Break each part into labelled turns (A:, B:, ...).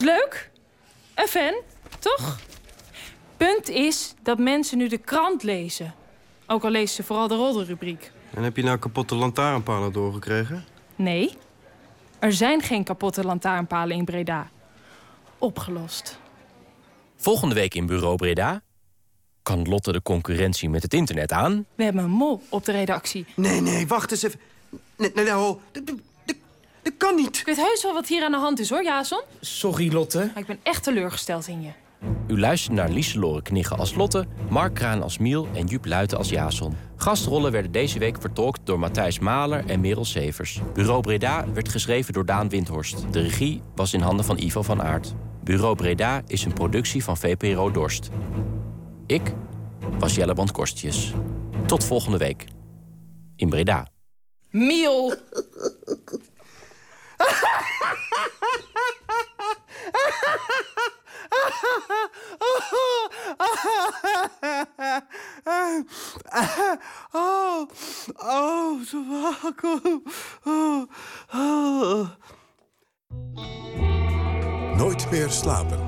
A: Leuk? Een fan, toch? Punt is dat mensen nu de krant lezen. Ook al lezen ze vooral de roddelrubriek.
B: En heb je nou kapotte lantaarnpalen doorgekregen?
A: Nee, er zijn geen kapotte lantaarnpalen in Breda. Opgelost.
C: Volgende week in Bureau Breda. Kan Lotte de concurrentie met het internet aan?
A: We hebben een mol op de redactie.
B: Nee, wacht eens even. Nee, dat kan niet.
A: Ik weet heus wel wat hier aan de hand is, hoor, Jason.
D: Sorry, Lotte.
A: Maar ik ben echt teleurgesteld in je.
C: U luistert naar Lieselore Knigge als Lotte, Mark Kraan als Miel en Joep Luiten als Jason. Gastrollen werden deze week vertolkt door Matthijs Maler en Merel Severs. Bureau Breda werd geschreven door Daan Windhorst. De regie was in handen van Ivo van Aert. Bureau Breda is een productie van VPRO Dorst. Ik was Jelleband Korstjes. Tot volgende week. In Breda.
A: Miel!
B: Zo wakker.
E: Nooit meer slapen.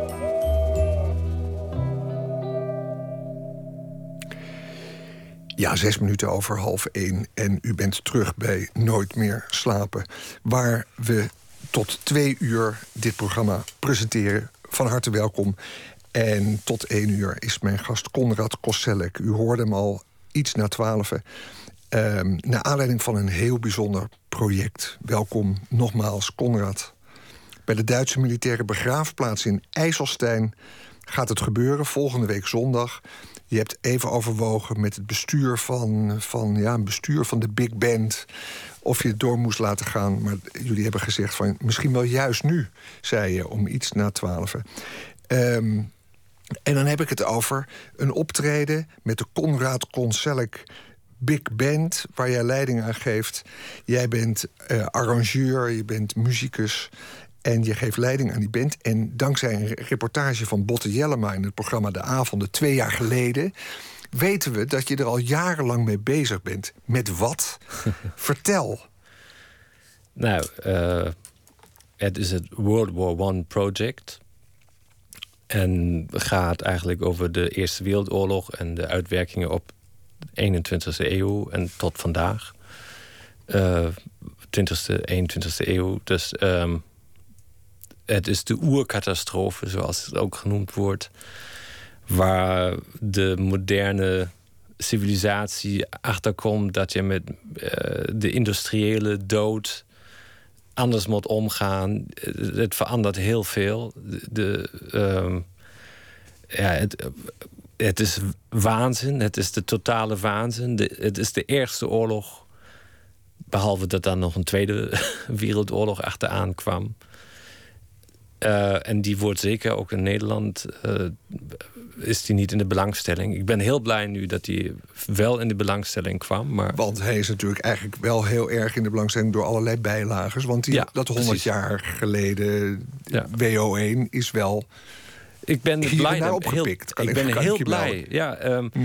E: Ja, 6 minuten over 12:30 en u bent terug bij Nooit meer slapen, waar we tot 2 uur dit programma presenteren. Van harte welkom. En tot 1 uur is mijn gast Konrad Koselleck. U hoorde hem al iets na 12. Naar aanleiding van een heel bijzonder project. Welkom nogmaals, Konrad. Bij de Duitse militaire begraafplaats in IJsselstein gaat het gebeuren, volgende week zondag. Je hebt even overwogen met het bestuur van de Big Band of je het door moest laten gaan. Maar jullie hebben gezegd van misschien wel juist nu, zei je, om iets na 12. En dan heb ik het over een optreden met de Konrad Koselleck Big Band, waar jij leiding aan geeft. Jij bent arrangeur, je bent muzikus en je geeft leiding aan die band. En dankzij een reportage van Botte Jellema in het programma De Avonden 2 jaar geleden weten we dat je er al jarenlang mee bezig bent. Met wat? Vertel.
F: Nou, het is het World War I Project. En gaat eigenlijk over de Eerste Wereldoorlog en de uitwerkingen op de 21e eeuw en tot vandaag. 20e, 21e eeuw. Dus het is de oercatastrofe, zoals het ook genoemd wordt, waar de moderne civilisatie achterkomt dat je met de industriële dood anders moet omgaan. Het verandert heel veel. Het is waanzin. Het is de totale waanzin. Het is de ergste oorlog, behalve dat dan nog een Tweede Wereldoorlog achteraan kwam. En die wordt zeker ook in Nederland is die niet in de belangstelling. Ik ben heel blij nu dat die wel in de belangstelling kwam. Maar
E: want hij is natuurlijk eigenlijk wel heel erg in de belangstelling door allerlei bijlagers. Want dat 100 jaar geleden WO1 is wel.
F: Ik ben blij
E: opgepikt.
F: Ik ben heel blij. Ja,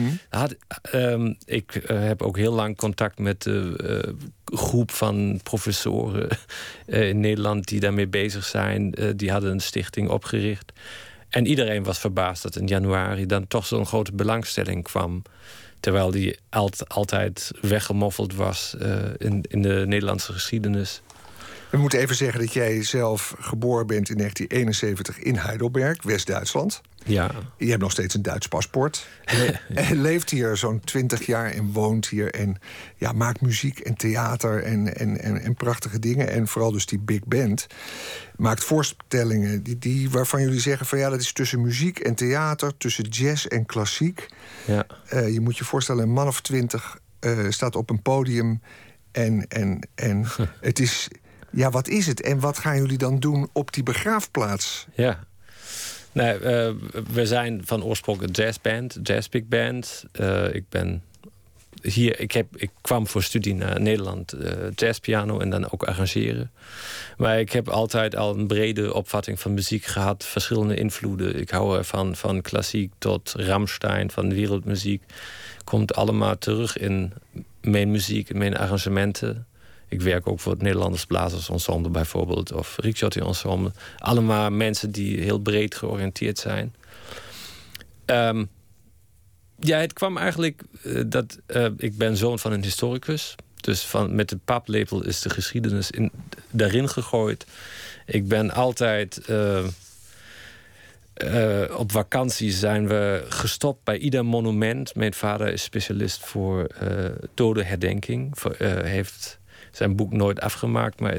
F: ik heb ook heel lang contact met de groep van professoren in Nederland die daarmee bezig zijn. Die hadden een stichting opgericht. En iedereen was verbaasd dat in januari dan toch zo'n grote belangstelling kwam. Terwijl die altijd weggemoffeld was in de Nederlandse geschiedenis.
E: We moeten even zeggen dat jij zelf geboren bent in 1971 in Heidelberg, West-Duitsland.
F: Ja.
E: Je hebt nog steeds een Duits paspoort. En leeft hier zo'n 20 jaar en woont hier. En maakt muziek en theater en prachtige dingen. En vooral dus die big band. Maakt voorstellingen waarvan jullie zeggen van dat is tussen muziek en theater, tussen jazz en klassiek.
F: Ja.
E: Je moet je voorstellen, een man of 20 staat op een podium. En het is. Ja, wat is het? En wat gaan jullie dan doen op die begraafplaats?
F: Ja. Nee, we zijn van oorsprong een jazzband, jazz big band. Ik ben hier, ik kwam voor studie naar Nederland, jazzpiano en dan ook arrangeren. Maar ik heb altijd al een brede opvatting van muziek gehad, verschillende invloeden. Ik hou ervan, van klassiek tot Rammstein, van wereldmuziek. Komt allemaal terug in mijn muziek, in mijn arrangementen. Ik werk ook voor het Nederlanders Blazers Ensemble bijvoorbeeld, of Ricciotti Ensemble. Allemaal mensen die heel breed georiënteerd zijn. Het kwam eigenlijk dat ik ben zoon van een historicus. Dus met de paplepel is de geschiedenis daarin gegooid. Ik ben altijd... op vakantie zijn we gestopt bij ieder monument. Mijn vader is specialist voor dodenherdenking. Heeft zijn boek nooit afgemaakt, maar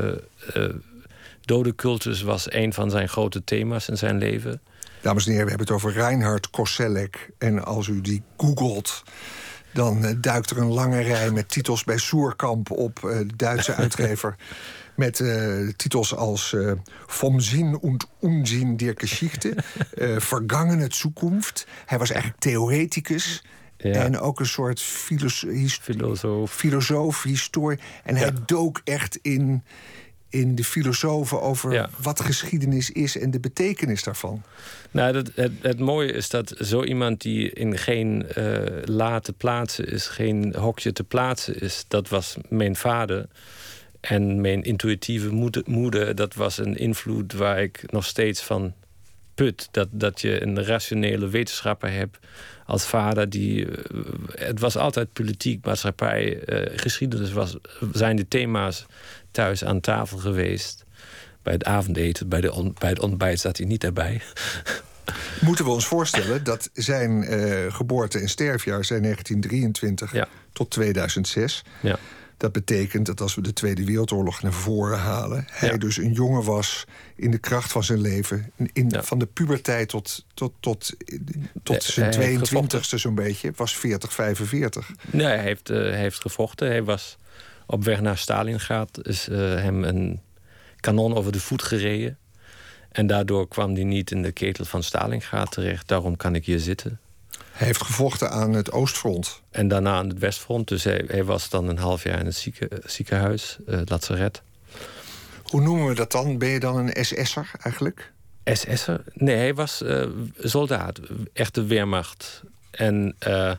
F: dodencultus was een van zijn grote thema's in zijn leven.
E: Dames en heren, we hebben het over Reinhard Koselleck. En als u die googelt, dan duikt er een lange rij met titels bij Soerkamp op, de Duitse uitgever. Met titels als Vom Sinn und Unsinn der Geschichte, Vergangene Zukunft. Hij was eigenlijk theoreticus. Ja. En ook een soort filosoof, historie. En hij dook echt in de filosofen over wat geschiedenis is en de betekenis daarvan.
F: Nou, het mooie is dat zo iemand die in geen la te plaatsen is, geen hokje te plaatsen is, dat was mijn vader. En mijn intuïtieve moeder, dat was een invloed waar ik nog steeds van put. Dat je een rationele wetenschapper hebt als vader. Het was altijd politiek, maatschappij, geschiedenis zijn de thema's thuis aan tafel geweest. Bij het avondeten, bij het ontbijt zat hij niet erbij.
E: Moeten we ons voorstellen dat zijn geboorte- en sterfjaar zijn 1923 tot 2006... Ja. Dat betekent dat als we de Tweede Wereldoorlog naar voren halen, hij dus een jongen was in de kracht van zijn leven, van de puberteit tot zijn 22e zo'n beetje, was 40, 45.
F: Nee, hij heeft gevochten. Hij was op weg naar Stalingrad, is hem een kanon over de voet gereden. En daardoor kwam hij niet in de ketel van Stalingrad terecht. Daarom kan ik hier zitten.
E: Hij heeft gevochten aan het Oostfront.
F: En daarna aan het Westfront. Dus hij was dan een half jaar in het ziekenhuis, lazaret.
E: Hoe noemen we dat dan? Ben je dan een SS'er eigenlijk?
F: SS'er? Nee, hij was soldaat. Echte Wehrmacht. En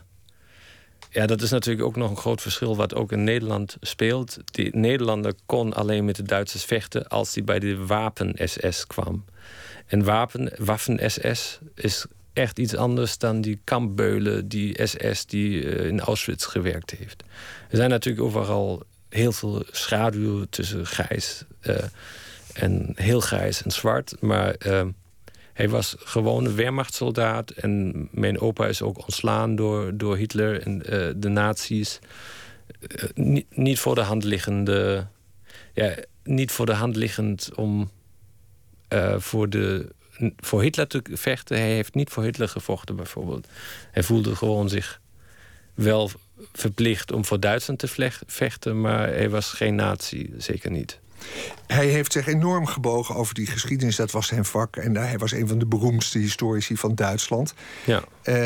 F: dat is natuurlijk ook nog een groot verschil wat ook in Nederland speelt. Die Nederlander kon alleen met de Duitsers vechten als hij bij de wapen-SS kwam. En waffen-SS is echt iets anders dan die kampbeulen, die SS die in Auschwitz gewerkt heeft. Er zijn natuurlijk overal heel veel schaduwen tussen grijs en heel grijs en zwart. Maar hij was gewoon een Wehrmachtssoldaat. En mijn opa is ook ontslaan door Hitler en de nazi's. Niet voor de hand liggende. Ja, niet voor de hand liggend om voor Hitler te vechten. Hij heeft niet voor Hitler gevochten, bijvoorbeeld. Hij voelde gewoon zich wel verplicht om voor Duitsland te vechten, maar hij was geen nazi, zeker niet.
E: Hij heeft zich enorm gebogen over die geschiedenis. Dat was zijn vak. En hij was een van de beroemdste historici van Duitsland. Ja.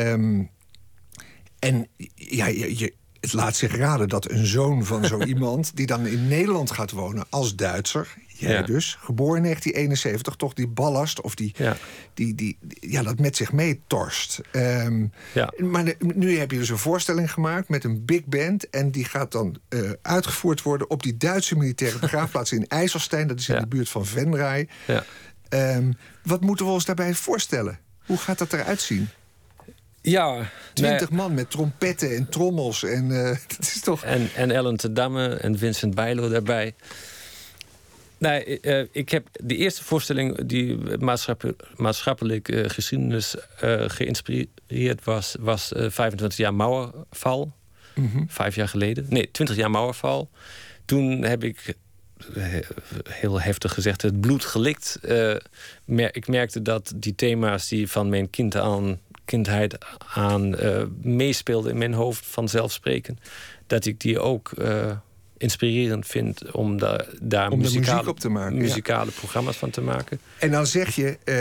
E: Het laat zich raden dat een zoon van zo iemand die dan in Nederland gaat wonen als Duitser, jij dus, geboren in 1971, toch die ballast of dat met zich meetorst. Maar nu heb je dus een voorstelling gemaakt met een big band en die gaat dan uitgevoerd worden op die Duitse militaire begraafplaats in IJsselstein. Dat is in de buurt van Venray. Ja. Wat moeten we ons daarbij voorstellen? Hoe gaat dat eruit zien?
F: Ja,
E: 20 man met trompetten en trommels. En dat is toch...
F: En Ellen te Damme en Vincent Bijlo daarbij. Nee, ik heb de eerste voorstelling die maatschappelijk geschiedenis geïnspireerd was 25 jaar Mauerval. 5 jaar geleden. Nee, 20 jaar Mauerval. Toen heb ik, heel heftig gezegd, het bloed gelikt. Ik merkte dat die thema's die van mijn kindheid aan meespeelden in mijn hoofd vanzelfsprekend, dat ik die ook inspirerend vind om daar muzikale programma's van te maken.
E: En dan zeg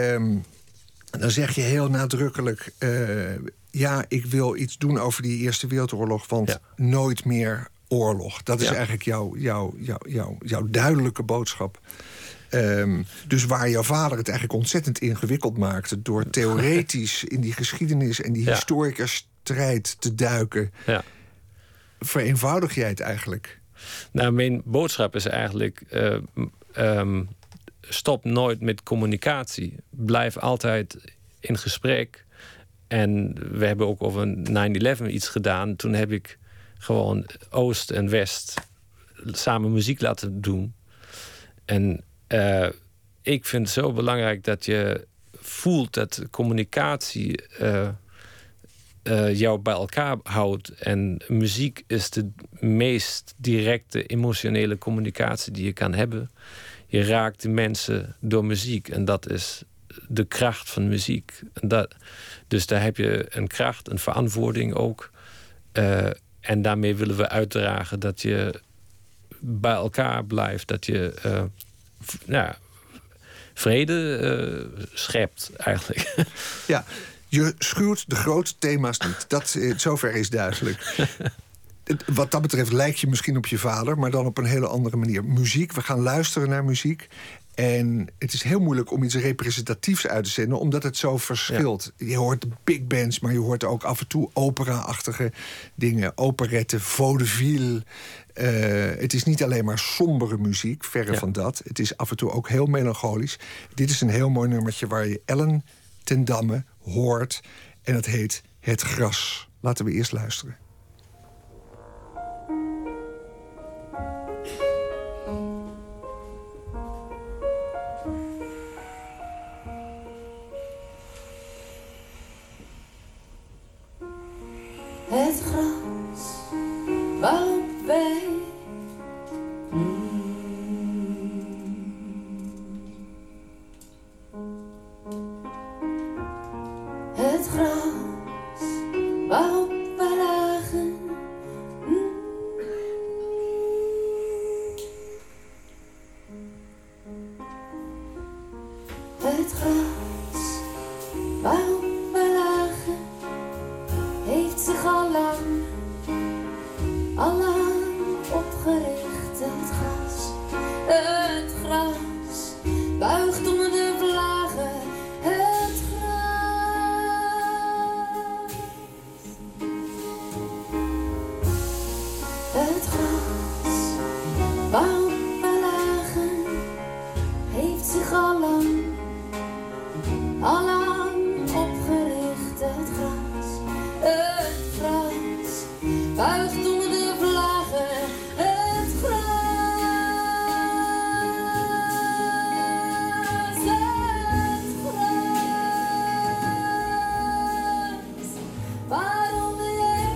E: je heel nadrukkelijk, ik wil iets doen over die Eerste Wereldoorlog, want nooit meer oorlog. Dat is eigenlijk jouw duidelijke boodschap. Dus waar jouw vader het eigenlijk ontzettend ingewikkeld maakte door theoretisch in die geschiedenis en die historikerstrijd te duiken, vereenvoudig jij het eigenlijk.
F: Nou, mijn boodschap is eigenlijk... stop nooit met communicatie. Blijf altijd in gesprek. En we hebben ook over 9/11 iets gedaan. Toen heb ik gewoon Oost en West samen muziek laten doen. En ik vind het zo belangrijk dat je voelt dat communicatie jou bij elkaar houdt. En muziek is de meest directe emotionele communicatie die je kan hebben. Je raakt de mensen door muziek. En dat is de kracht van muziek. Dus daar heb je een kracht, een verantwoording ook. En daarmee willen we uitdragen dat je bij elkaar blijft. Dat je vrede schept eigenlijk.
E: Ja, je schuwt de grote thema's niet. Zover is duidelijk. Wat dat betreft lijkt je misschien op je vader, maar dan op een hele andere manier. Muziek, we gaan luisteren naar muziek. En het is heel moeilijk om iets representatiefs uit te zenden, omdat het zo verschilt. Ja. Je hoort big bands, maar je hoort ook af en toe opera-achtige dingen. Operetten, vaudeville. Het is niet alleen maar sombere muziek, verre van dat. Het is af en toe ook heel melancholisch. Dit is een heel mooi nummertje waar je Ellen ten Damme hoort. En het heet Het Gras. Laten we eerst luisteren.
D: Het gras waarop wij het gras waarop wij lagen het gras waarop wij lagen heeft zich al lang opgericht. Het gras buigt onder de vlagen. Het gras waarop we lagen heeft zich al lang opgericht. Het gras buigt onder de vlagen. Het gras waaronder jij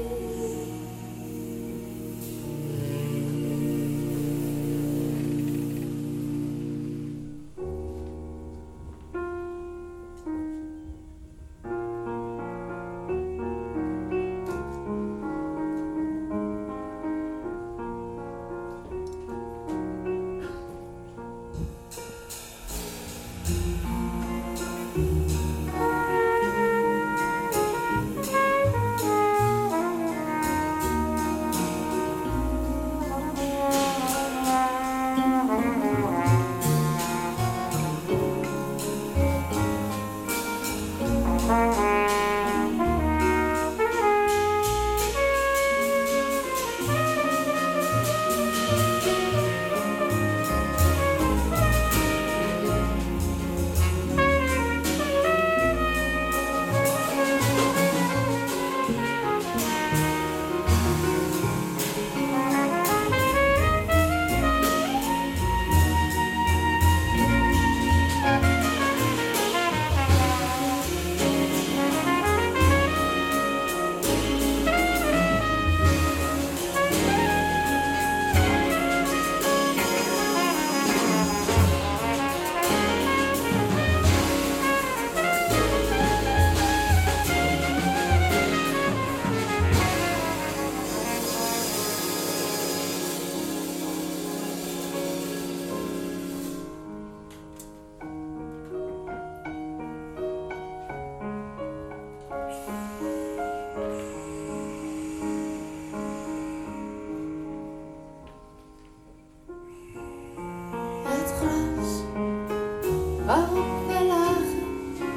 D: waarop wij lagen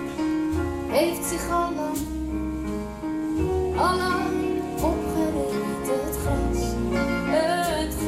D: heeft zich al lang opgericht. Het gras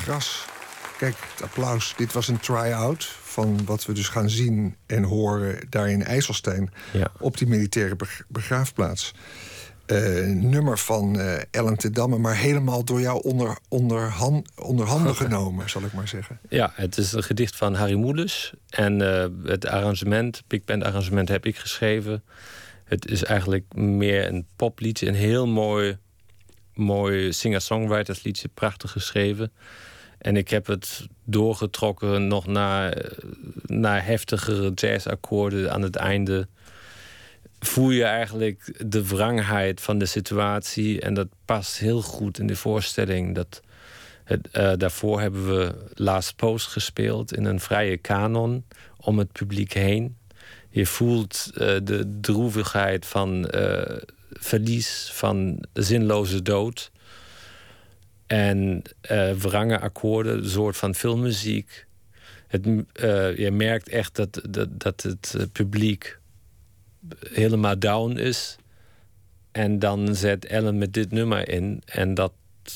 E: gras. Kijk, het applaus. Dit was een try-out van wat we dus gaan zien en horen daar in IJsselstein.
F: Ja.
E: Op die militaire begraafplaats. Nummer van Ellen ten Damme, maar helemaal door jou onder handen genomen, zal ik maar zeggen.
F: Ja, het is een gedicht van Harry Moelis. En het arrangement, big band arrangement, heb ik geschreven. Het is eigenlijk meer een popliedje. Een heel mooi singer-songwritersliedje, prachtig geschreven. En ik heb het doorgetrokken nog naar heftigere jazzakkoorden aan het einde. Voel je eigenlijk de wrangheid van de situatie. En dat past heel goed in de voorstelling. Daarvoor hebben we Last Post gespeeld in een vrije kanon om het publiek heen. Je voelt de droevigheid van verlies, van zinloze dood. En wrange akkoorden, een soort van filmmuziek. Je merkt echt dat het publiek helemaal down is. En dan zet Ellen met dit nummer in. En dat,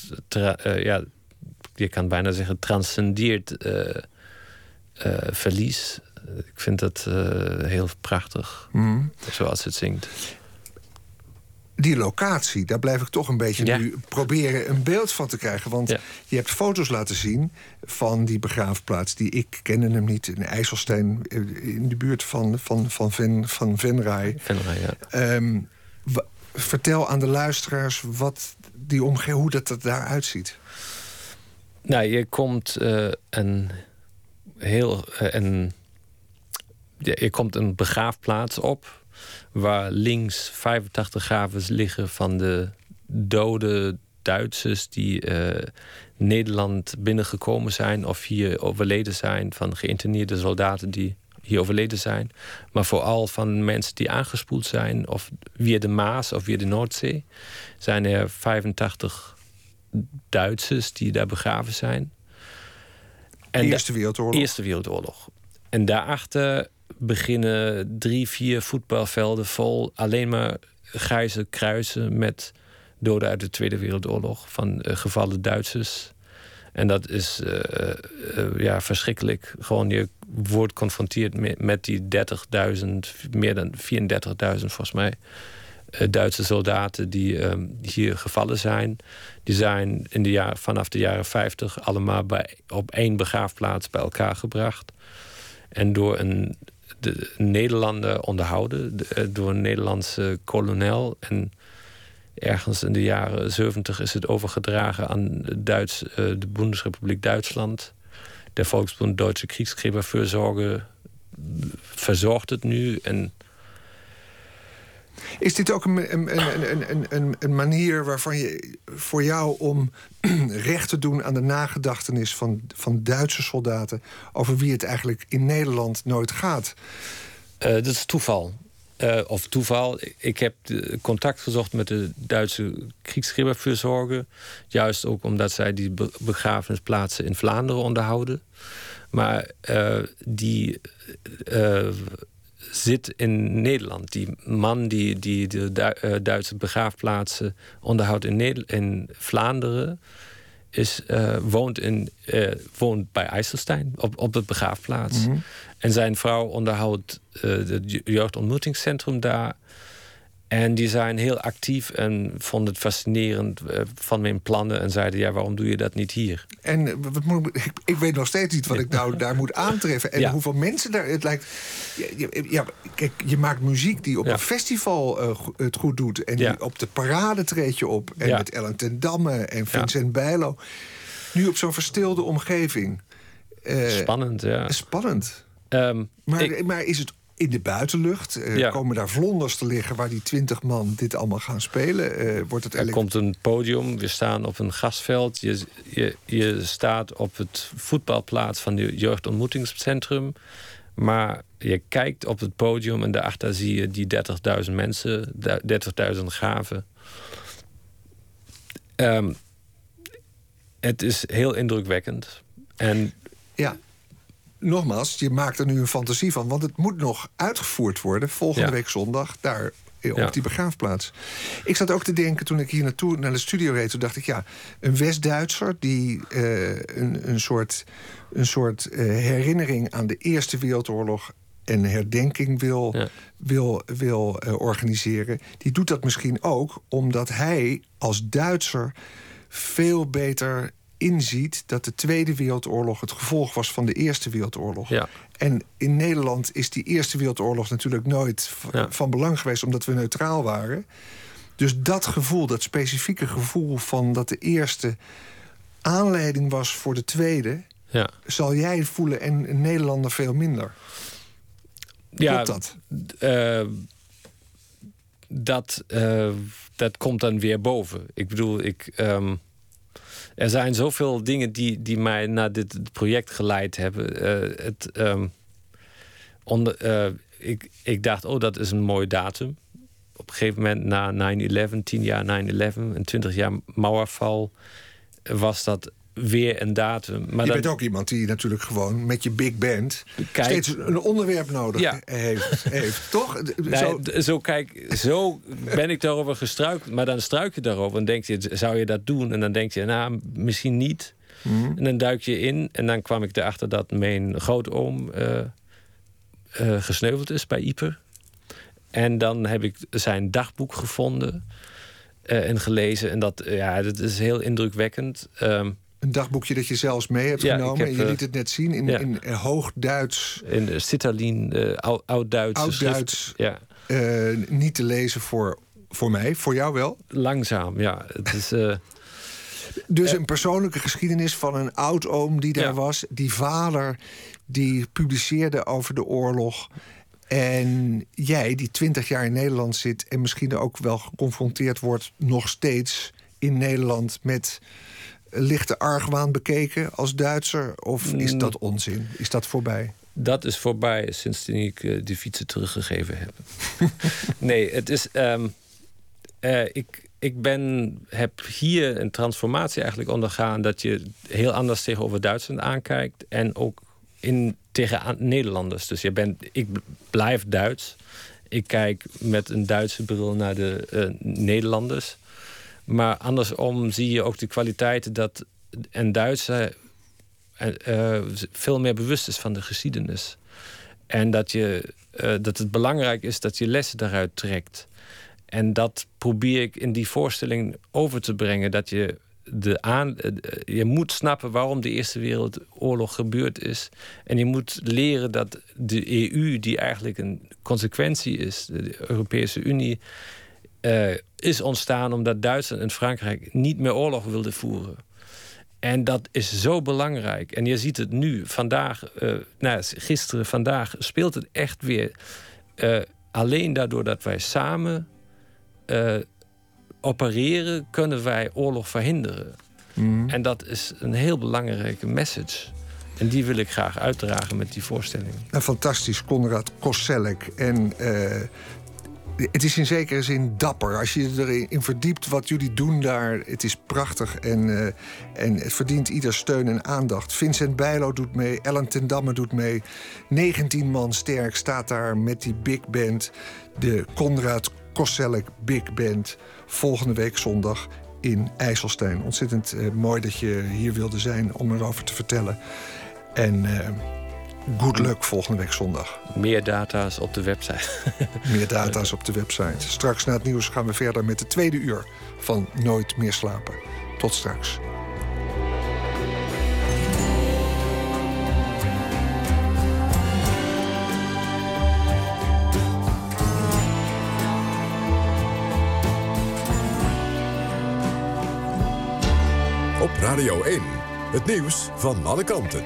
F: je kan bijna zeggen, transcendeert verlies. Ik vind dat heel prachtig, zoals het zingt.
E: Die locatie, daar blijf ik toch een beetje nu proberen een beeld van te krijgen. Want je hebt foto's laten zien van die begraafplaats. Ik kende hem niet, in IJsselstein, in de buurt van Venray.
F: Venray, ja.
E: Vertel aan de luisteraars hoe dat daaruit ziet.
F: Nou, je komt je komt een begraafplaats op, waar links 85 graven liggen van de dode Duitsers die Nederland binnengekomen zijn of hier overleden zijn, van geïnterneerde soldaten die hier overleden zijn, maar vooral van mensen die aangespoeld zijn of via de Maas of via de Noordzee. Zijn er 85 Duitsers die daar begraven zijn.
E: Eerste Wereldoorlog.
F: Eerste Wereldoorlog. En daarachter beginnen 3-4 voetbalvelden vol alleen maar grijze kruisen met doden uit de Tweede Wereldoorlog van gevallen Duitsers. En dat is verschrikkelijk. Gewoon, je wordt geconfronteerd met die 30.000, meer dan 34.000 volgens mij, Duitse soldaten die hier gevallen zijn. Die zijn vanaf de jaren 50 allemaal op één begraafplaats bij elkaar gebracht. En door een Nederlander onderhouden, door een Nederlandse kolonel. En ergens in de jaren 70 is het overgedragen aan de Bundesrepubliek Duitsland. De Volksbund Deutsche Kriegsgräberfürsorge verzorgt het nu. En
E: is dit ook een manier waarvan voor jou om recht te doen aan de nagedachtenis van Duitse soldaten over wie het eigenlijk in Nederland nooit gaat?
F: Dat is toeval. Ik heb contact gezocht met de Duitse Kriegsgräberfürsorge. Juist ook omdat zij die begrafenisplaatsen in Vlaanderen onderhouden. Maar die zit in Nederland. Die man die de Duitse begraafplaatsen onderhoudt in Vlaanderen woont bij IJsselstein op de begraafplaats. Mm-hmm. En zijn vrouw onderhoudt het jeugdontmoetingscentrum daar. En die zijn heel actief en vonden het fascinerend van mijn plannen. En zeiden, waarom doe je dat niet hier?
E: En ik weet nog steeds niet wat ik nou daar moet aantreffen. En hoeveel mensen daar... Het lijkt, kijk, je maakt muziek die op een festival het goed doet. En op de parade treed je op. En met Ellen ten Damme en Vincent Bijlo. Nu op zo'n verstilde omgeving.
F: Spannend, ja.
E: Spannend. Maar is het in de buitenlucht? Komen daar vlonders te liggen waar die 20 man dit allemaal gaan spelen?
F: Er komt een podium, we staan op een grasveld. Je staat op het voetbalplaats van het jeugdontmoetingscentrum. Maar je kijkt op het podium en daarachter zie je die 30.000 mensen, 30.000 graven. Het is heel indrukwekkend. En
E: nogmaals, je maakt er nu een fantasie van. Want het moet nog uitgevoerd worden volgende week zondag. Daar op die begraafplaats. Ik zat ook te denken, toen ik hier naartoe naar de studio reed... toen dacht ik, een West-Duitser die een soort herinnering aan de Eerste Wereldoorlog... en herdenking wil organiseren... die doet dat misschien ook omdat hij als Duitser veel beter inziet dat de Tweede Wereldoorlog het gevolg was van de Eerste Wereldoorlog. Ja. En in Nederland is die Eerste Wereldoorlog natuurlijk nooit van belang geweest... omdat we neutraal waren. Dus dat gevoel, dat specifieke gevoel van dat de Eerste aanleiding was voor de Tweede... zal jij voelen en een Nederlander veel minder. Klopt dat?
F: Dat komt dan weer boven. Ik bedoel, er zijn zoveel dingen die mij naar dit project geleid hebben. Ik dacht, dat is een mooi datum. Op een gegeven moment na 9/11, 10 jaar 9/11 en 20 jaar Mauerval... was dat weer een datum. Maar
E: je bent ook iemand die natuurlijk gewoon met je big band... steeds een onderwerp nodig heeft, toch?
F: Zo ben ik daarover gestruikeld. Maar dan struik je daarover en denk je, zou je dat doen? En dan denk je, misschien niet. En dan duik je in en dan kwam ik erachter... dat mijn grootoom gesneuveld is bij Ypres. En dan heb ik zijn dagboek gevonden en gelezen. En dat is heel indrukwekkend.
E: Een dagboekje dat je zelfs mee hebt genomen. En je liet het net zien in Hoogduits.
F: In Sitterlin, Oud-Duits.
E: Oud-Duits. Niet te lezen voor mij, voor jou wel?
F: Langzaam, ja. Het is...
E: Dus een persoonlijke geschiedenis van een oudoom die daar was. Die vader die publiceerde over de oorlog. En jij, die 20 jaar in Nederland zit... en misschien ook wel geconfronteerd wordt nog steeds in Nederland... met lichte argwaan bekeken als Duitser? Of is dat onzin? Is dat voorbij?
F: Dat is voorbij sindsdien ik de fietsen teruggegeven heb. Nee, het is... heb hier een transformatie eigenlijk ondergaan... dat je heel anders tegenover Duitsland aankijkt... en ook tegen Nederlanders. Dus ik blijf Duits. Ik kijk met een Duitse bril naar de Nederlanders. Maar andersom zie je ook de kwaliteiten... dat een Duitser veel meer bewust is van de geschiedenis. En dat het belangrijk is dat je lessen daaruit trekt. En dat probeer ik in die voorstelling over te brengen. Dat je moet snappen waarom de Eerste Wereldoorlog gebeurd is. En je moet leren dat de EU, die eigenlijk een consequentie is... de Europese Unie... is ontstaan omdat Duitsland en Frankrijk niet meer oorlog wilden voeren. En dat is zo belangrijk. En je ziet het nu, vandaag speelt het echt weer. Alleen daardoor dat wij samen opereren, kunnen wij oorlog verhinderen. En dat is een heel belangrijke message. En die wil ik graag uitdragen met die voorstelling.
E: Fantastisch, Konrad Koselleck. En het is in zekere zin dapper. Als je erin verdiept wat jullie doen daar... het is prachtig en het verdient ieder steun en aandacht. Vincent Bijlo doet mee, Ellen ten Damme doet mee. 19 man sterk staat daar met die big band. De Konrad Koselleck Big Band. Volgende week zondag in IJsselstein. Ontzettend mooi dat je hier wilde zijn om erover te vertellen. En... good luck volgende week zondag.
F: Meer data's op de website.
E: Meer data's op de website. Straks na het nieuws gaan we verder met de tweede uur van Nooit meer slapen. Tot straks.
G: Op Radio 1, het nieuws van alle kanten.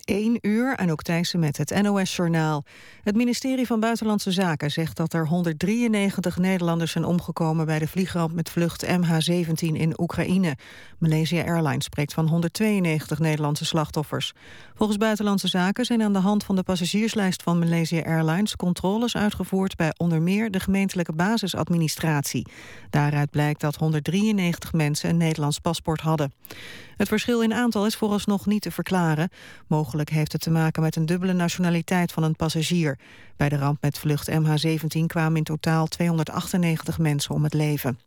H: 1 uur, en ook Thijssen met het NOS-journaal. Het ministerie van Buitenlandse Zaken zegt dat er 193 Nederlanders zijn omgekomen bij de vliegramp met vlucht MH17 in Oekraïne. Malaysia Airlines spreekt van 192 Nederlandse slachtoffers. Volgens Buitenlandse Zaken zijn aan de hand van de passagierslijst van Malaysia Airlines controles uitgevoerd bij onder meer de gemeentelijke basisadministratie. Daaruit blijkt dat 193 mensen een Nederlands paspoort hadden. Het verschil in aantal is vooralsnog niet te verklaren. Mogelijk heeft het te maken met een dubbele nationaliteit van een passagier. Bij de ramp met vlucht MH17 kwamen in totaal 298 mensen om het leven.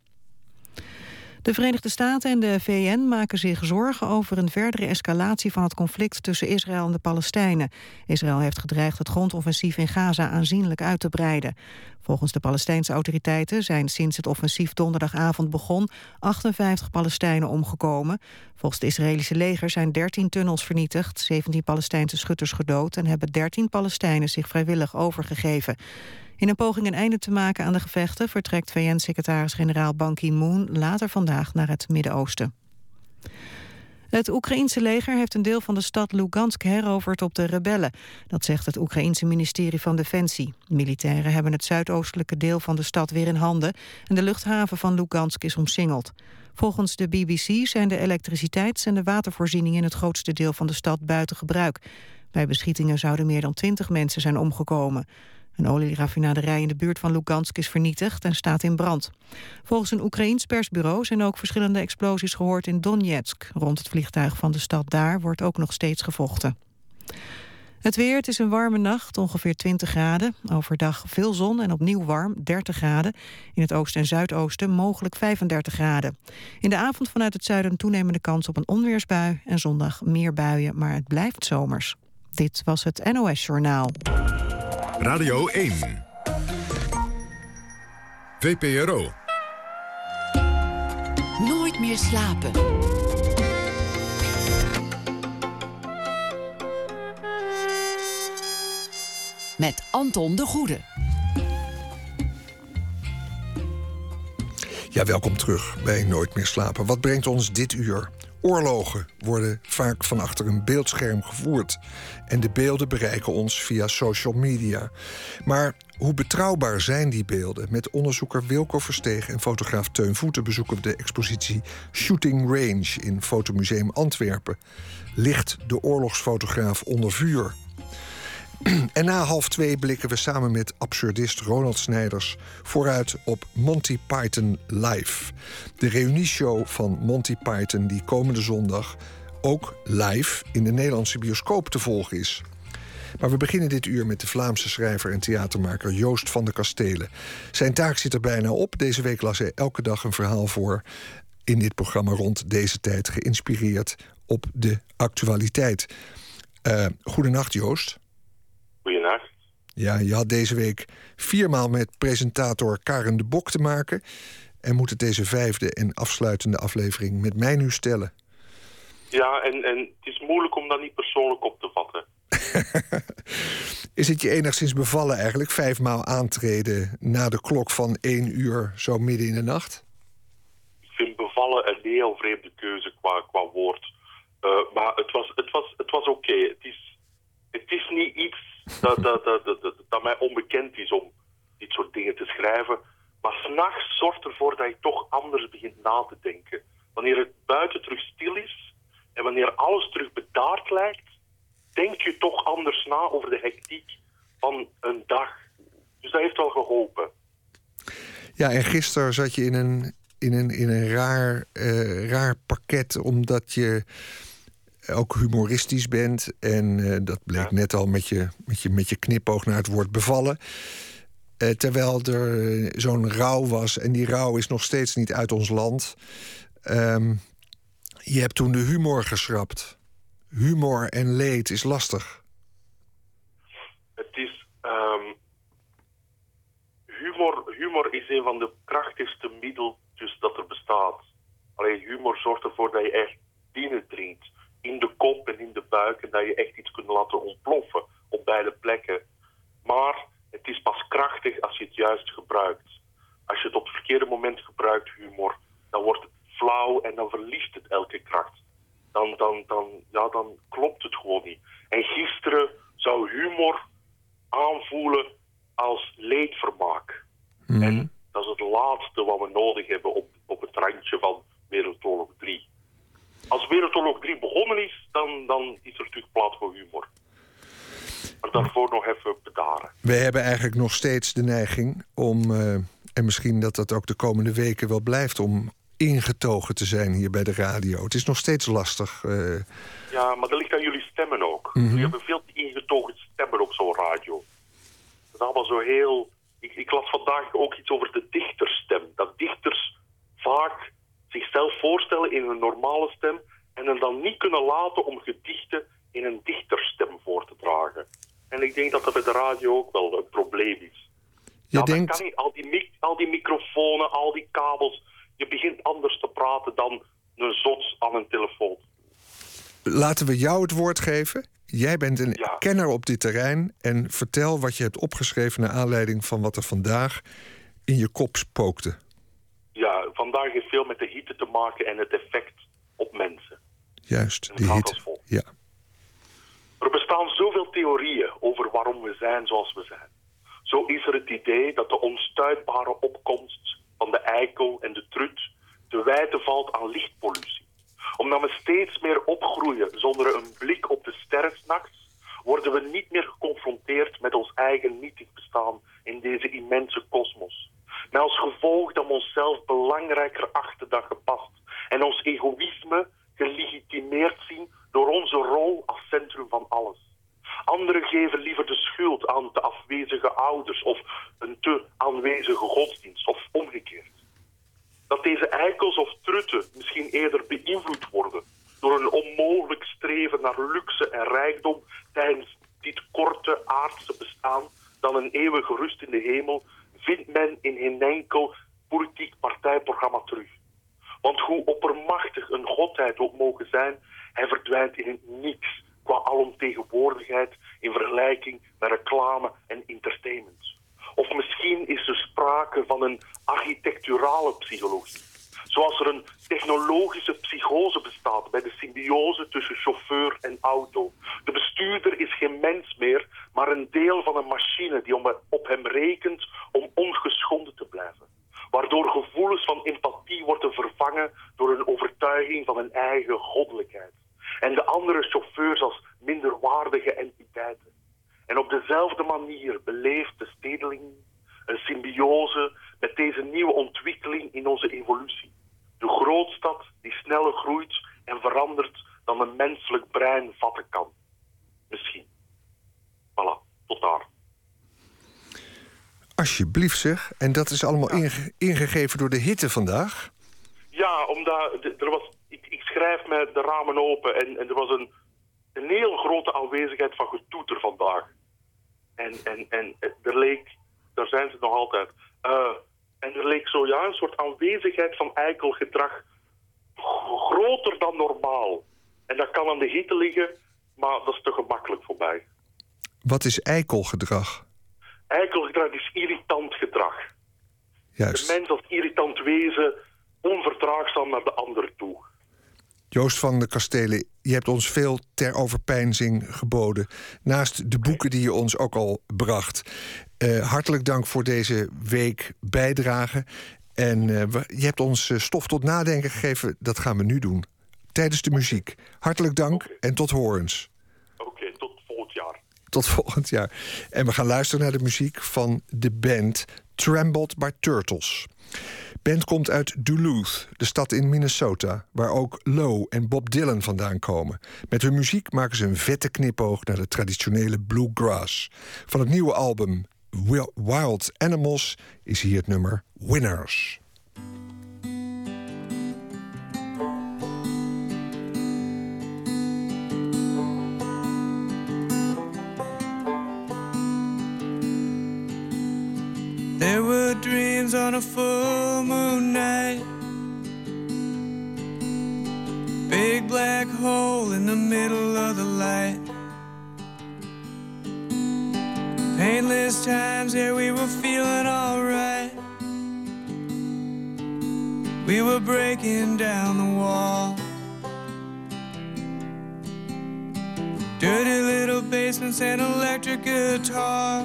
H: De Verenigde Staten en de VN maken zich zorgen over een verdere escalatie van het conflict tussen Israël en de Palestijnen. Israël heeft gedreigd het grondoffensief in Gaza aanzienlijk uit te breiden. Volgens de Palestijnse autoriteiten zijn sinds het offensief donderdagavond begon 58 Palestijnen omgekomen. Volgens het Israëlische leger zijn 13 tunnels vernietigd, 17 Palestijnse schutters gedood en hebben 13 Palestijnen zich vrijwillig overgegeven. In een poging een einde te maken aan de gevechten vertrekt VN-secretaris-generaal Ban Ki-moon later vandaag naar het Midden-Oosten. Het Oekraïense leger heeft een deel van de stad Lugansk heroverd op de rebellen. Dat zegt het Oekraïense ministerie van Defensie. Militairen hebben het zuidoostelijke deel van de stad weer in handen en de luchthaven van Lugansk is omsingeld. Volgens de BBC zijn de elektriciteits- en de watervoorzieningen in het grootste deel van de stad buiten gebruik. Bij beschietingen zouden meer dan 20 mensen zijn omgekomen. Een olieraffinaderij in de buurt van Lugansk is vernietigd en staat in brand. Volgens een Oekraïens persbureau zijn ook verschillende explosies gehoord in Donetsk. Rond het vliegtuig van de stad daar wordt ook nog steeds gevochten. Het weer, het is een warme nacht, ongeveer 20 graden. Overdag veel zon en opnieuw warm, 30 graden. In het oosten en zuidoosten mogelijk 35 graden. In de avond vanuit het zuiden toenemende kans op een onweersbui. En zondag meer buien, maar het blijft zomers. Dit was het NOS-journaal.
G: Radio 1. VPRO.
I: Nooit meer slapen. Met Anton de Goede.
E: Ja, welkom terug bij Nooit meer slapen. Wat brengt ons dit uur? Oorlogen worden vaak van achter een beeldscherm gevoerd. En de beelden bereiken ons via social media. Maar hoe betrouwbaar zijn die beelden? Met onderzoeker Wilco Verstegen en fotograaf Teun Voeten bezoeken we de expositie Shooting Range in Fotomuseum Antwerpen. Ligt de oorlogsfotograaf onder vuur? En na 1:30 blikken we samen met absurdist Ronald Snijders vooruit op Monty Python Live. De reunieshow van Monty Python die komende zondag ook live in de Nederlandse bioscoop te volgen is. Maar we beginnen dit uur met de Vlaamse schrijver en theatermaker Joost van der Kastelen. Zijn taak zit er bijna op. Deze week las hij elke dag een verhaal voor in dit programma rond deze tijd, geïnspireerd op de actualiteit. Goedenacht, Joost.
J: Goedenacht.
E: Ja, je had deze week 4 maal met presentator Karen de Bok te maken en moet het deze 5e en afsluitende aflevering met mij nu stellen.
J: Ja, en het is moeilijk om dat niet persoonlijk op te vatten.
E: Is het je enigszins bevallen eigenlijk, 5 maal aantreden na de klok van 1 uur zo midden in de nacht?
J: Ik vind bevallen een heel vreemde keuze qua woord. Maar het was oké. Het is niet iets dat mij onbekend is om dit soort dingen te schrijven. Maar 's nachts zorgt ervoor dat je toch anders begint na te denken. Wanneer het buiten terug stil is en wanneer alles terug bedaard lijkt, denk je toch anders na over de hectiek van een dag. Dus dat heeft wel geholpen.
E: Ja, en gisteren zat je in een raar pakket, omdat je ook humoristisch bent. En dat bleek net al met je knipoog naar het woord bevallen. Terwijl er zo'n rouw was, en die rouw is nog steeds niet uit ons land. Je hebt toen de humor geschrapt. Humor en leed is lastig.
J: Het is... humor is een van de krachtigste middeltjes dat er bestaat. Alleen humor zorgt ervoor dat je echt binnendringt. In de kop en in de buik. En dat je echt iets kunt laten ontploffen. Op beide plekken. Maar het is pas krachtig als je het juist gebruikt. Als je het op het verkeerde moment gebruikt, humor, dan wordt het flauw en dan verliest het elke kracht. Dan klopt klopt het gewoon niet. En gisteren zou humor aanvoelen als leedvermaak. En dat is het laatste wat we nodig hebben op het randje van Wereldoorlog 3. Als Wereldoorlog 3 begonnen is, dan is er natuurlijk plaats voor humor. Maar daarvoor nog even bedaren.
E: We hebben eigenlijk nog steeds de neiging om, en misschien dat dat ook de komende weken wel blijft, om ingetogen te zijn hier bij de radio. Het is nog steeds lastig.
J: Ja, maar dat ligt aan jullie stemmen ook. Jullie hebben veel te ingetogen stemmen op zo'n radio. Dat is allemaal zo heel... Ik las vandaag ook iets over de dichterstem. Dat dichters vaak zichzelf voorstellen in een normale stem en er dan niet kunnen laten om gedichten in een dichterstem voor te dragen. En ik denk dat dat bij de radio ook wel een probleem is. Dat kan niet. Al die microfoons, al die kabels. Je begint anders te praten dan een zot aan een telefoon.
E: Laten we jou het woord geven. Jij bent een kenner op dit terrein. En vertel wat je hebt opgeschreven naar aanleiding van wat er vandaag in je kop spookte. Ja, vandaag heeft veel met de hitte te maken en het effect op mensen. Juist, die hitte. Ja. Er bestaan zoveel theorieën over waarom we zijn zoals we zijn. Zo is er het idee dat de onstuitbare opkomst van de eikel en de trut te wijten valt aan lichtpollutie. Omdat we steeds meer opgroeien zonder een blik op de sterren 's nachts, worden we niet meer geconfronteerd met ons eigen nietig bestaan in deze immense kosmos. Met als gevolg dat we onszelf belangrijker achten dan gepast en ons egoïsme gelegitimeerd zien door onze rol als centrum van alles. Anderen geven liever de schuld aan te afwezige ouders of een te aanwezige godsdienst of omgekeerd. Dat deze eikels of trutten misschien eerder beïnvloed worden door een onmogelijk streven naar luxe en rijkdom tijdens dit korte aardse bestaan dan een eeuwige rust in de hemel, vindt men in geen enkel politiek partijprogramma terug. Want hoe oppermachtig een godheid ook mogen zijn, hij verdwijnt in het niks qua alomtegenwoordigheid in vergelijking met reclame en entertainment. Of misschien is er sprake van een architecturale psychologie. Zoals er een technologische psychose bestaat bij de symbiose tussen chauffeur en auto. De bestuurder is geen mens meer, maar een deel van een machine die op hem rekent om ongeschonden te blijven. Waardoor gevoelens van empathie worden vervangen door een overtuiging van een eigen goddelijkheid. En de andere chauffeurs als minderwaardige entiteiten. En op dezelfde manier beleeft de stedeling een symbiose met deze nieuwe ontwikkeling in onze evolutie. De grootstad die sneller groeit en verandert dan een menselijk brein vatten kan. Misschien. Voilà, tot daar. Alsjeblieft zeg. En dat is allemaal ingegeven door de hitte vandaag? Ja, omdat er was... Ik schrijf met de ramen open en er was een heel grote aanwezigheid van getoeter vandaag. En er leek... Daar zijn ze nog altijd. En er leek zo een soort aanwezigheid van eikelgedrag groter dan normaal. En dat kan aan de hitte liggen, maar dat is te gemakkelijk voor mij. Wat is eikelgedrag? Eikelgedrag is irritant gedrag. Juist. De mens als irritant wezen, onverdraagzaam naar de ander toe. Joost van de Kastelen, je hebt ons veel ter overpeinzing geboden. Naast de boeken die je ons ook al bracht. Hartelijk dank voor deze week bijdrage. En je hebt ons stof tot nadenken gegeven. Dat gaan we nu doen. Tijdens de muziek. Hartelijk dank en tot horens. Oké, tot volgend jaar. Tot volgend jaar. En we gaan luisteren naar de muziek van de band Trampled by Turtles. Band komt uit Duluth, de stad in Minnesota, waar ook Low en Bob Dylan vandaan komen. Met hun muziek maken ze een vette knipoog naar de traditionele bluegrass. Van het nieuwe album Wild Animals is hier het nummer Winners.
K: There were dreams on a full moon night. Big black hole in the middle of the light. Painless times, yeah, we were feeling alright. We were breaking down the wall. dirty little basements and electric guitars.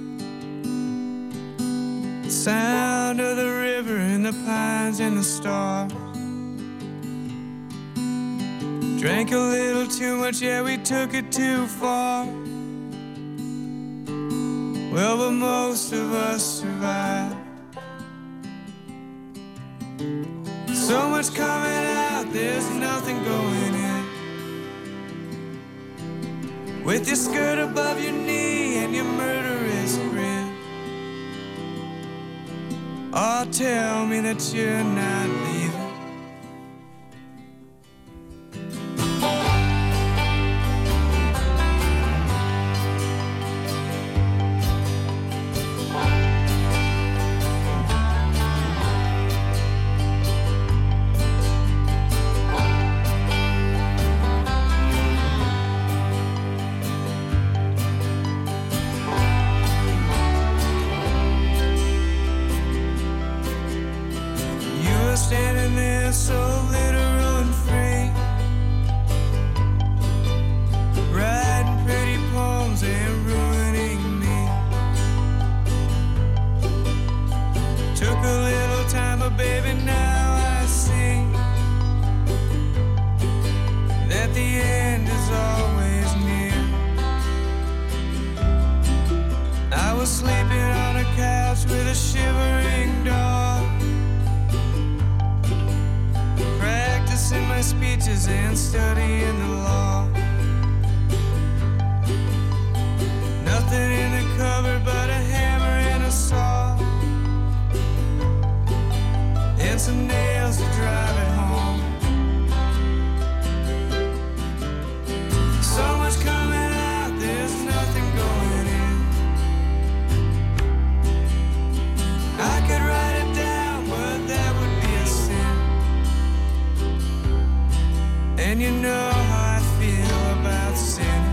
K: The sound of the river and the pines and the stars. Drank a little too much, yeah, we took it too far. Well, but most of us survived. So much coming out, there's nothing going in. With your skirt above your knee and your murderous grin. Oh, tell me that you're not leaving. Standing there so literal and free, writing pretty poems and ruining me. Took a little time, but baby, now I see that the end is always near. I was sleeping on a couch with a shivering dog, practicing my speeches and studying the law. Nothing in the cupboard but a hammer and a saw, and some nails to drive it home. So much coming out, there's nothing going in. I could write it down, but that would be a sin. And you know how I feel about sin.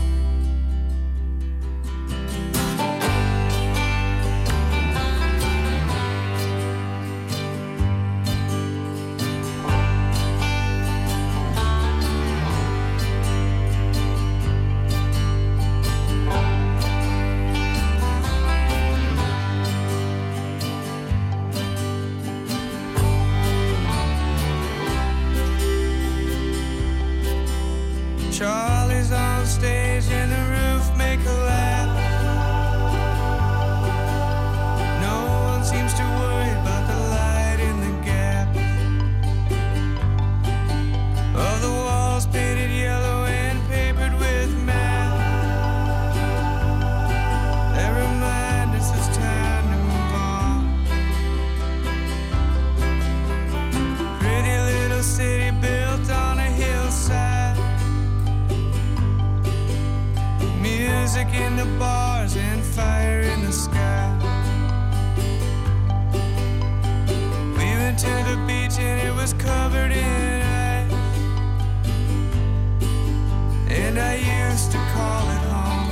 K: Charlie's on stage and the roof make a laugh. No one seems to worry about the light in the gap. All the walls painted yellow and papered with math. They remind us it's time to move on. Pretty little city built on a hillside. Music in the bars and fire in the sky. We went to the beach and it was covered in ice, and I used to call it home.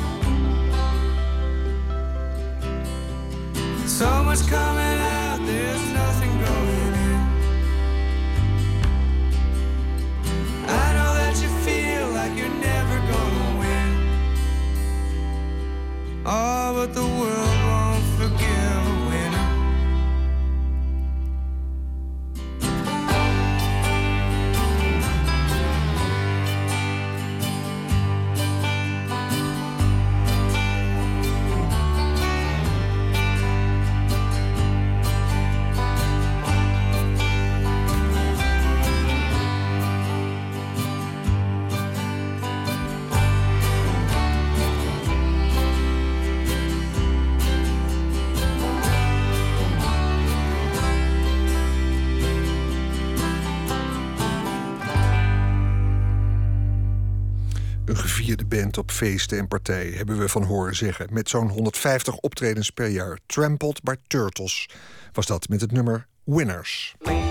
K: So much coming out, there's nothing going in. I know that you feel like you're never gonna win. Oh, but the world won't forgive a winner.
E: Een gevierde band op feesten en partijen, hebben we van horen zeggen. Met zo'n 150 optredens per jaar. Trampled by Turtles was dat met het nummer Winners.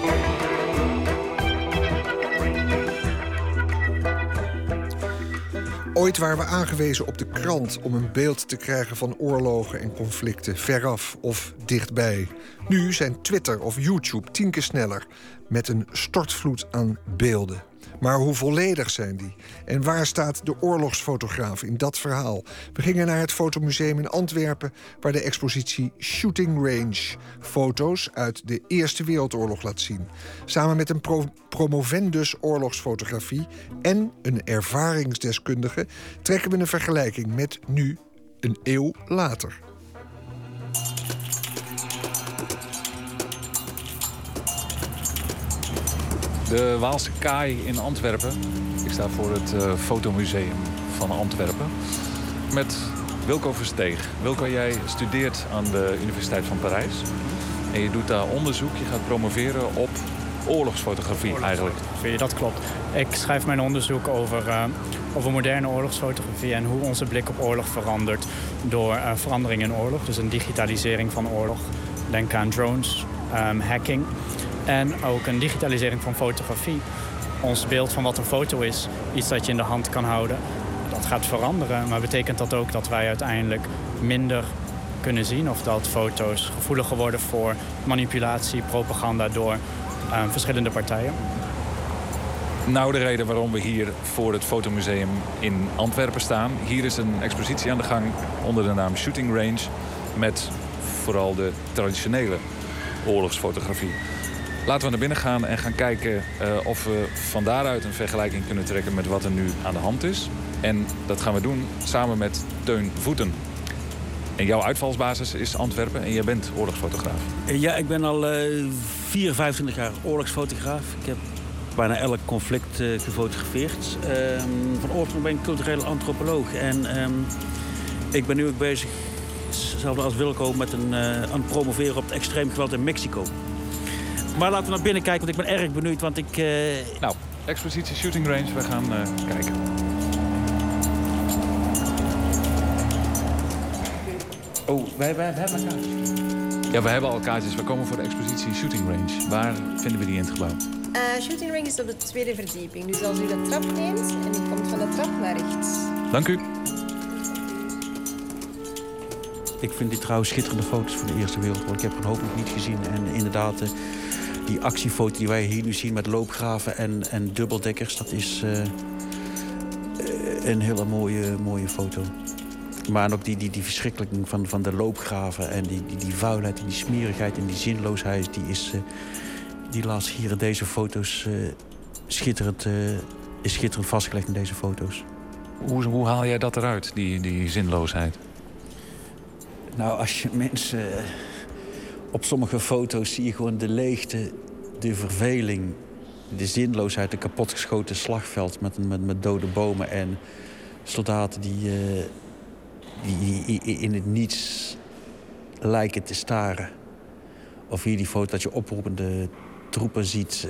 E: Ooit waren we aangewezen op de krant om een beeld te krijgen van oorlogen en conflicten, veraf of dichtbij. Nu zijn Twitter of YouTube 10 keer sneller, met een stortvloed aan beelden. Maar hoe volledig zijn die? En waar staat de oorlogsfotograaf in dat verhaal? We gingen naar het Fotomuseum in Antwerpen, waar de expositie Shooting Range foto's uit de Eerste Wereldoorlog laat zien. Samen met een promovendus oorlogsfotografie en een ervaringsdeskundige trekken we een vergelijking met nu, een eeuw later.
L: De Waalse Kaai in Antwerpen. Ik sta voor het Fotomuseum van Antwerpen. Met Wilco Versteeg. Wilco, jij studeert aan de Universiteit van Parijs. En je doet daar onderzoek. Je gaat promoveren op oorlogsfotografie eigenlijk.
M: Dat klopt. Ik schrijf mijn onderzoek over moderne oorlogsfotografie en hoe onze blik op oorlog verandert door verandering in oorlog. Dus een digitalisering van oorlog. Denk aan drones, hacking. En ook een digitalisering van fotografie. Ons beeld van wat een foto is, iets dat je in de hand kan houden, dat gaat veranderen. Maar betekent dat ook dat wij uiteindelijk minder kunnen zien of dat foto's gevoeliger worden voor manipulatie, propaganda door verschillende partijen?
L: Nou, de reden waarom we hier voor het Fotomuseum in Antwerpen staan. Hier is een expositie aan de gang onder de naam Shooting Range met vooral de traditionele oorlogsfotografie. Laten we naar binnen gaan en gaan kijken of we van daaruit een vergelijking kunnen trekken met wat er nu aan de hand is. En dat gaan we doen samen met Teun Voeten. En jouw uitvalsbasis is Antwerpen en jij bent oorlogsfotograaf.
N: Ja, ik ben al 25 jaar oorlogsfotograaf. Ik heb bijna elk conflict gefotografeerd. Van oorsprong ben ik culturele antropoloog. En ik ben nu ook bezig, hetzelfde als Wilco, met aan het promoveren op het extreem geweld in Mexico. Maar laten we naar binnen kijken, want ik ben erg benieuwd, want ik...
L: Nou, expositie Shooting Range, we gaan kijken.
N: Oh, we hebben kaartjes.
L: Ja, we hebben al kaartjes. We komen voor de expositie Shooting Range. Waar vinden we die in het gebouw?
O: Shooting Range is op de tweede verdieping. Dus als u de trap neemt en u komt van de trap naar rechts.
L: Dank u.
N: Ik vind dit trouwens schitterende foto's van de Eerste Wereldoorlog. Ik heb er hopelijk niet gezien. En inderdaad, die actiefoto die wij hier nu zien met loopgraven en dubbeldekkers, dat is een hele mooie foto. Maar ook die verschrikking van de loopgraven en die vuilheid en die smerigheid en die zinloosheid, die laat hier in deze foto's schitterend vastgelegd in deze foto's.
L: Hoe haal jij dat eruit, die zinloosheid?
N: Nou, als je mensen... Op sommige foto's zie je gewoon de leegte, de verveling, de zinloosheid, een kapotgeschoten slagveld met dode bomen en soldaten die in het niets lijken te staren. Of hier die foto dat je oproepende troepen ziet.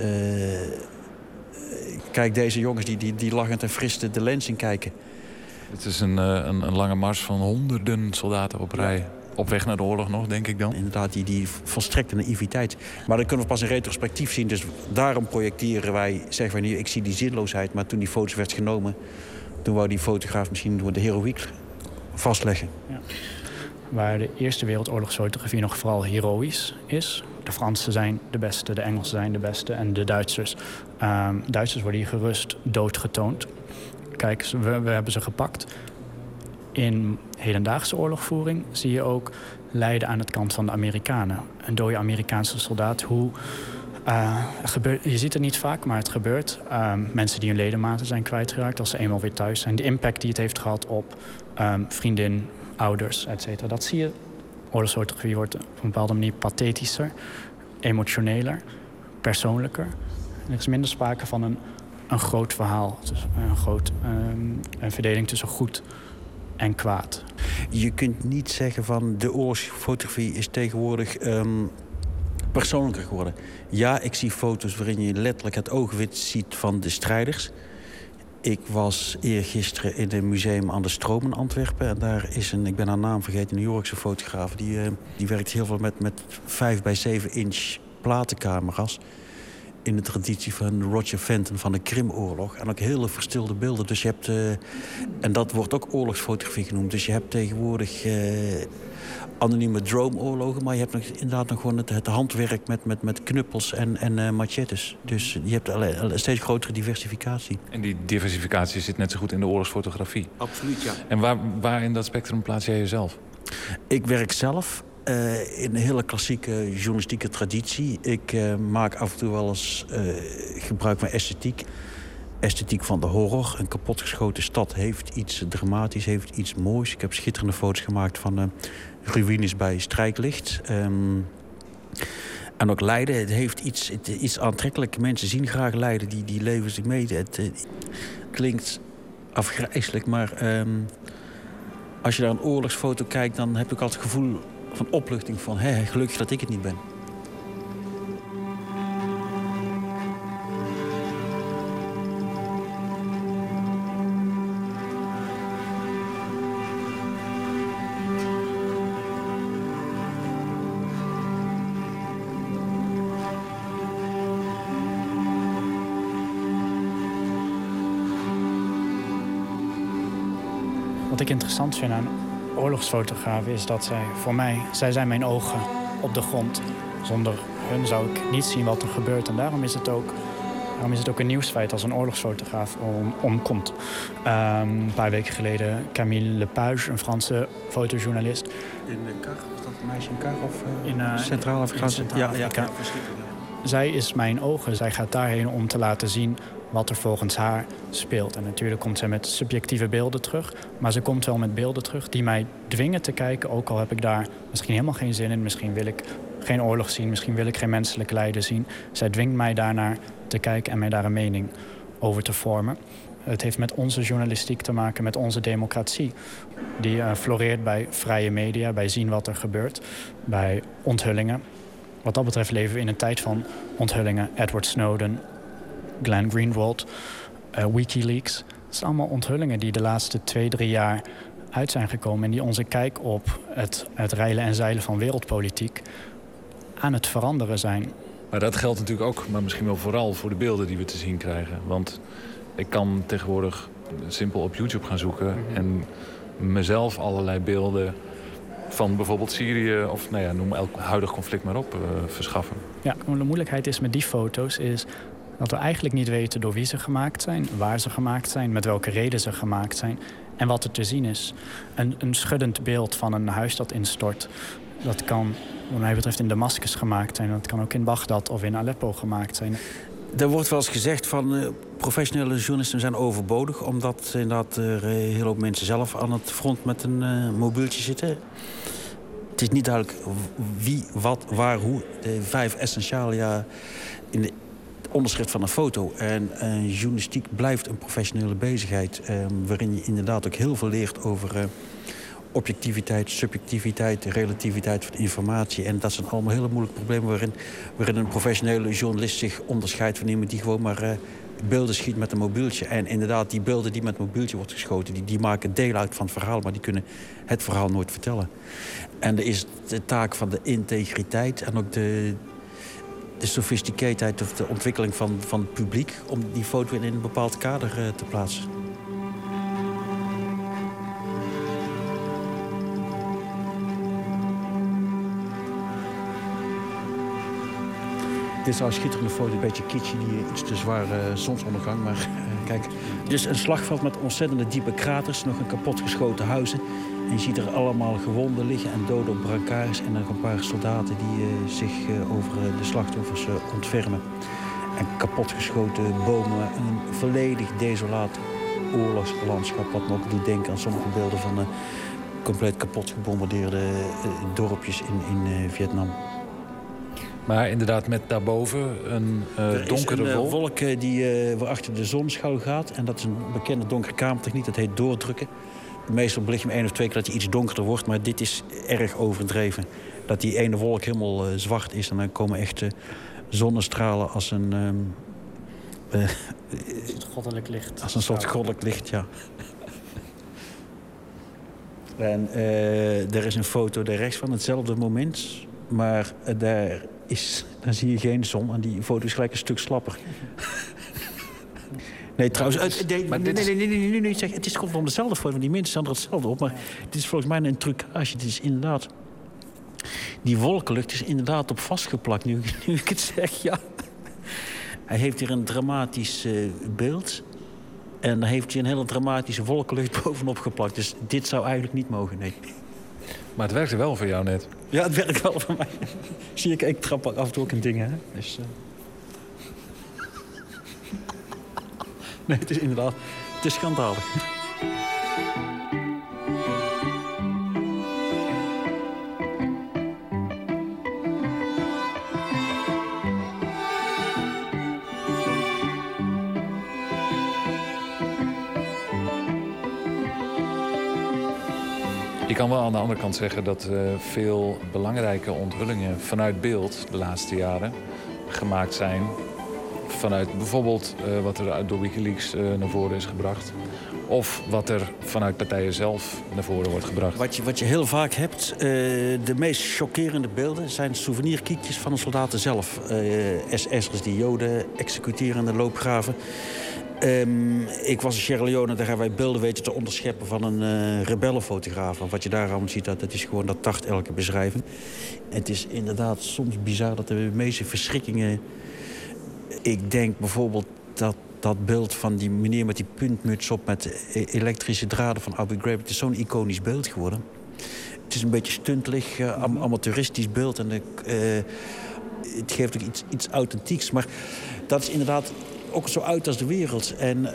N: Kijk, deze jongens die lachend en fris de lens in kijken.
L: Het is een lange mars van honderden soldaten op rij. Ja. Op weg naar de oorlog nog, denk ik dan.
N: Inderdaad, die volstrekte naïviteit. Maar dat kunnen we pas in retrospectief zien. Dus daarom projecteren wij, zeggen wij nu, ik zie die zinloosheid. Maar toen die foto's werd genomen, toen wou die fotograaf misschien de heroïek vastleggen. Ja.
M: Waar de Eerste Wereldoorlogsfotografie nog vooral heroïs is. De Fransen zijn de beste, de Engelsen zijn de beste en de Duitsers. Duitsers worden hier gerust doodgetoond. Kijk, we hebben ze gepakt. In hedendaagse oorlogvoering zie je ook lijden aan het kant van de Amerikanen. Een dode Amerikaanse soldaat. Je ziet het niet vaak, maar het gebeurt. Mensen die hun ledematen zijn kwijtgeraakt als ze eenmaal weer thuis zijn. De impact die het heeft gehad op vriendin, ouders, et cetera. Dat zie je. Oorlogsfotografie wordt op een bepaalde manier pathetischer, emotioneler, persoonlijker. Er is minder sprake van een groot verhaal. Dus een verdeling tussen goed en kwaad.
N: Je kunt niet zeggen van de oorlogsfotografie is tegenwoordig persoonlijker geworden. Ja, ik zie foto's waarin je letterlijk het oogwit ziet van de strijders. Ik was eergisteren in een museum aan de Stroom in Antwerpen. En daar is ik ben haar naam vergeten, een New Yorkse fotograaf. Die werkt heel veel met 5 bij 7 inch platencamera's. in de traditie van Roger Fenton van de Krimoorlog. En ook hele verstilde beelden. Dus je hebt, en dat wordt ook oorlogsfotografie genoemd. Dus je hebt tegenwoordig anonieme droneoorlogen. Maar je hebt inderdaad nog gewoon het handwerk met knuppels en machetes. Dus je hebt een steeds grotere diversificatie.
L: En die diversificatie zit net zo goed in de oorlogsfotografie?
N: Absoluut, ja.
L: En waar in dat spectrum plaats jij jezelf?
N: Ik werk zelf in een hele klassieke journalistieke traditie. Ik maak af en toe wel eens gebruik van esthetiek. Esthetiek van de horror. Een kapotgeschoten stad heeft iets dramatisch, heeft iets moois. Ik heb schitterende foto's gemaakt van ruïnes bij strijklicht. En ook Leiden, het heeft iets aantrekkelijk. Mensen zien graag Leiden, die leven zich mee. Het klinkt afgrijselijk, maar als je naar een oorlogsfoto kijkt, dan heb ik altijd het gevoel van opluchting van gelukkig dat ik het niet ben.
M: Wat ik interessant vind aan oorlogsfotografen is dat zij zijn mijn ogen op de grond. Zonder hun zou ik niet zien wat er gebeurt. En daarom is het ook een nieuwsfeit als een oorlogsfotograaf omkomt. Een paar weken geleden Camille Lepage, een Franse fotojournalist.
N: In Kar, was dat een meisje in Kar of in Centraal-Afrikaanse? Ja.
M: Zij is mijn ogen. Zij gaat daarheen om te laten zien wat er volgens haar speelt. En natuurlijk komt zij met subjectieve beelden terug. Maar ze komt wel met beelden terug die mij dwingen te kijken. Ook al heb ik daar misschien helemaal geen zin in. Misschien wil ik geen oorlog zien. Misschien wil ik geen menselijk lijden zien. Zij dwingt mij daarnaar te kijken en mij daar een mening over te vormen. Het heeft met onze journalistiek te maken, met onze democratie. Die floreert bij vrije media, bij zien wat er gebeurt. Bij onthullingen. Wat dat betreft leven we in een tijd van onthullingen. Edward Snowden, Glenn Greenwald, Wikileaks. Dat zijn allemaal onthullingen die de laatste 2-3 jaar uit zijn gekomen. En die onze kijk op het reilen en zeilen van wereldpolitiek aan het veranderen zijn.
L: Maar dat geldt natuurlijk ook, maar misschien wel vooral voor de beelden die we te zien krijgen. Want ik kan tegenwoordig simpel op YouTube gaan zoeken en mezelf allerlei beelden van bijvoorbeeld Syrië of noem elk huidig conflict maar op verschaffen. Ja,
M: de moeilijkheid is met die foto's is dat we eigenlijk niet weten door wie ze gemaakt zijn, waar ze gemaakt zijn, met welke reden ze gemaakt zijn en wat er te zien is. Een schuddend beeld van een huis dat instort, dat kan wat mij betreft in Damascus gemaakt zijn. Dat kan ook in Bagdad of in Aleppo gemaakt zijn.
N: Er wordt wel eens gezegd van professionele journalisten zijn overbodig, omdat inderdaad er een hele hoop mensen zelf aan het front met een mobieltje zitten. Het is niet duidelijk wie, wat, waar, hoe. De 5 essentialia in de onderschrift van een foto. En journalistiek blijft een professionele bezigheid, waarin je inderdaad ook heel veel leert over objectiviteit, subjectiviteit, relativiteit van informatie. En dat zijn allemaal hele moeilijke problemen waarin een professionele journalist zich onderscheidt van iemand die gewoon maar beelden schiet met een mobieltje. En inderdaad, die beelden die met een mobieltje wordt geschoten, die maken deel uit van het verhaal, maar die kunnen het verhaal nooit vertellen. En er is de taak van de integriteit en ook de sophisticateit of de ontwikkeling van het publiek om die foto in een bepaald kader te plaatsen. Dit is een schitterende foto, een beetje kitschy, die iets te zware zonsondergang. Maar kijk, dus een slagveld met ontzettende diepe kraters, nog een kapotgeschoten huizen. En je ziet er allemaal gewonden liggen en doden op brancards. En nog een paar soldaten die zich over de slachtoffers ontfermen. En kapotgeschoten bomen, een volledig desolaat oorlogslandschap. Wat me ook doet denken aan sommige beelden van compleet kapot gebombardeerde dorpjes in Vietnam.
L: Maar inderdaad, met daarboven een donkere wolk.
N: Er is een wolk die waarachter de zon schuil gaat. En dat is een bekende donkere kamertechniek, dat heet doordrukken. Meestal belicht je 1 of 2 keer dat hij iets donkerder wordt. Maar dit is erg overdreven. Dat die ene wolk helemaal zwart is. En dan komen echt zonnestralen als een
M: goddelijk licht.
N: Als een soort goddelijk licht, ja. En er is een foto daar rechts van hetzelfde moment. Maar daar dan zie je geen zon en die foto is gelijk een stuk slapper. Nee, trouwens, nee, zeg, het komt om dezelfde foto, want die mensen staan er hetzelfde op. Maar het is volgens mij een trucage. Het is inderdaad... Die wolkenlucht is inderdaad op vastgeplakt, nu ik het zeg, ja. Hij heeft hier een dramatisch beeld. En dan heeft hij een hele dramatische wolkenlucht bovenop geplakt. Dus dit zou eigenlijk niet mogen, nee.
L: Maar het werkte wel voor jou net.
N: Ja, het werkt wel voor mij. Zie ik trap af en toe ook in dingen, hè. Dus, nee, het is inderdaad... Het is schandalig.
L: Ik kan wel aan de andere kant zeggen dat veel belangrijke onthullingen vanuit beeld de laatste jaren gemaakt zijn. Vanuit bijvoorbeeld wat er door Wikileaks naar voren is gebracht. Of wat er vanuit partijen zelf naar voren wordt gebracht.
N: Wat je heel vaak hebt, de meest chockerende beelden zijn souvenirkiekjes van de soldaten zelf. SS'ers die Joden executeren in de loopgraven. Ik was in Sierra Leone, daar hebben wij beelden weten te onderscheppen van een rebellenfotograaf. Wat je daar aan ziet, dat is gewoon, dat tart elke beschrijving. En het is inderdaad soms bizar dat de meeste verschrikkingen... Ik denk bijvoorbeeld dat beeld van die meneer met die puntmuts op met elektrische draden van Abu Ghraib. Het is zo'n iconisch beeld geworden. Het is een beetje stuntelig, amateuristisch beeld. En het geeft ook iets authentieks. Maar dat is inderdaad ook zo uit als de wereld. En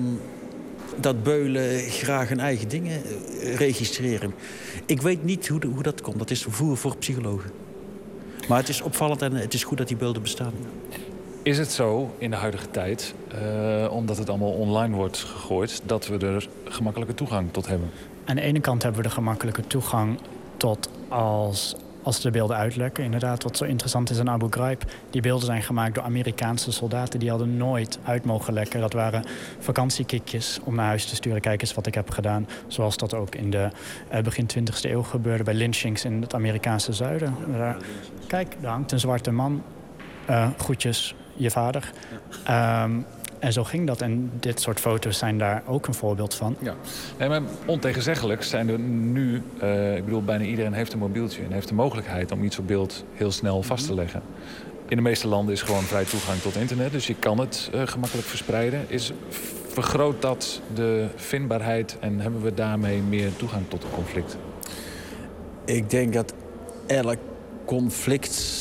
N: dat beulen graag hun eigen dingen registreren. Ik weet niet hoe dat komt. Dat is voer voor psychologen. Maar het is opvallend en het is goed dat die beelden bestaan.
L: Is het zo in de huidige tijd, omdat het allemaal online wordt gegooid, dat we er gemakkelijke toegang tot hebben?
M: Aan de ene kant hebben we de gemakkelijke toegang tot als de beelden uitlekken. Inderdaad, wat zo interessant is aan Abu Ghraib. Die beelden zijn gemaakt door Amerikaanse soldaten. Die hadden nooit uit mogen lekken. Dat waren vakantiekiekjes om naar huis te sturen. Kijk eens wat ik heb gedaan. Zoals dat ook in de begin 20e eeuw gebeurde bij lynchings in het Amerikaanse zuiden. Kijk, daar hangt een zwarte man. Groetjes, je vader. En zo ging dat. En dit soort foto's zijn daar ook een voorbeeld van.
L: Ja. Nee, maar ontegenzeggelijk zijn er nu... ik bedoel, bijna iedereen heeft een mobieltje... en heeft de mogelijkheid om iets op beeld heel snel vast te leggen. In de meeste landen is gewoon vrij toegang tot internet. Dus je kan het gemakkelijk verspreiden. Vergroot dat de vindbaarheid... en hebben we daarmee meer toegang tot het conflict?
N: Ik denk dat elk conflict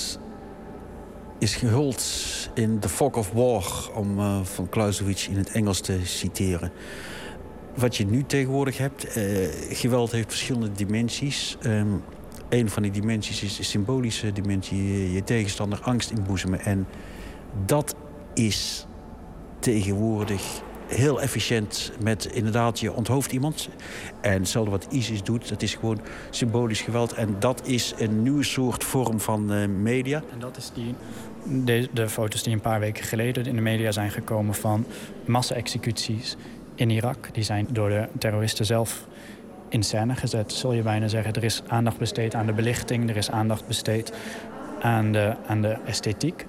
N: is gehuld in The Fog of War, om van Clausewitz in het Engels te citeren. Wat je nu tegenwoordig hebt, geweld heeft verschillende dimensies. Een van die dimensies is de symbolische dimensie, je tegenstander angst inboezemen. En dat is tegenwoordig heel efficiënt met inderdaad, je onthoofdt iemand. En hetzelfde wat ISIS doet, dat is gewoon symbolisch geweld. En dat is een nieuwe soort vorm van media.
M: En dat is de foto's die een paar weken geleden in de media zijn gekomen van massa-executies in Irak. Die zijn door de terroristen zelf in scène gezet, zul je bijna zeggen. Er is aandacht besteed aan de belichting, er is aandacht besteed aan de esthetiek.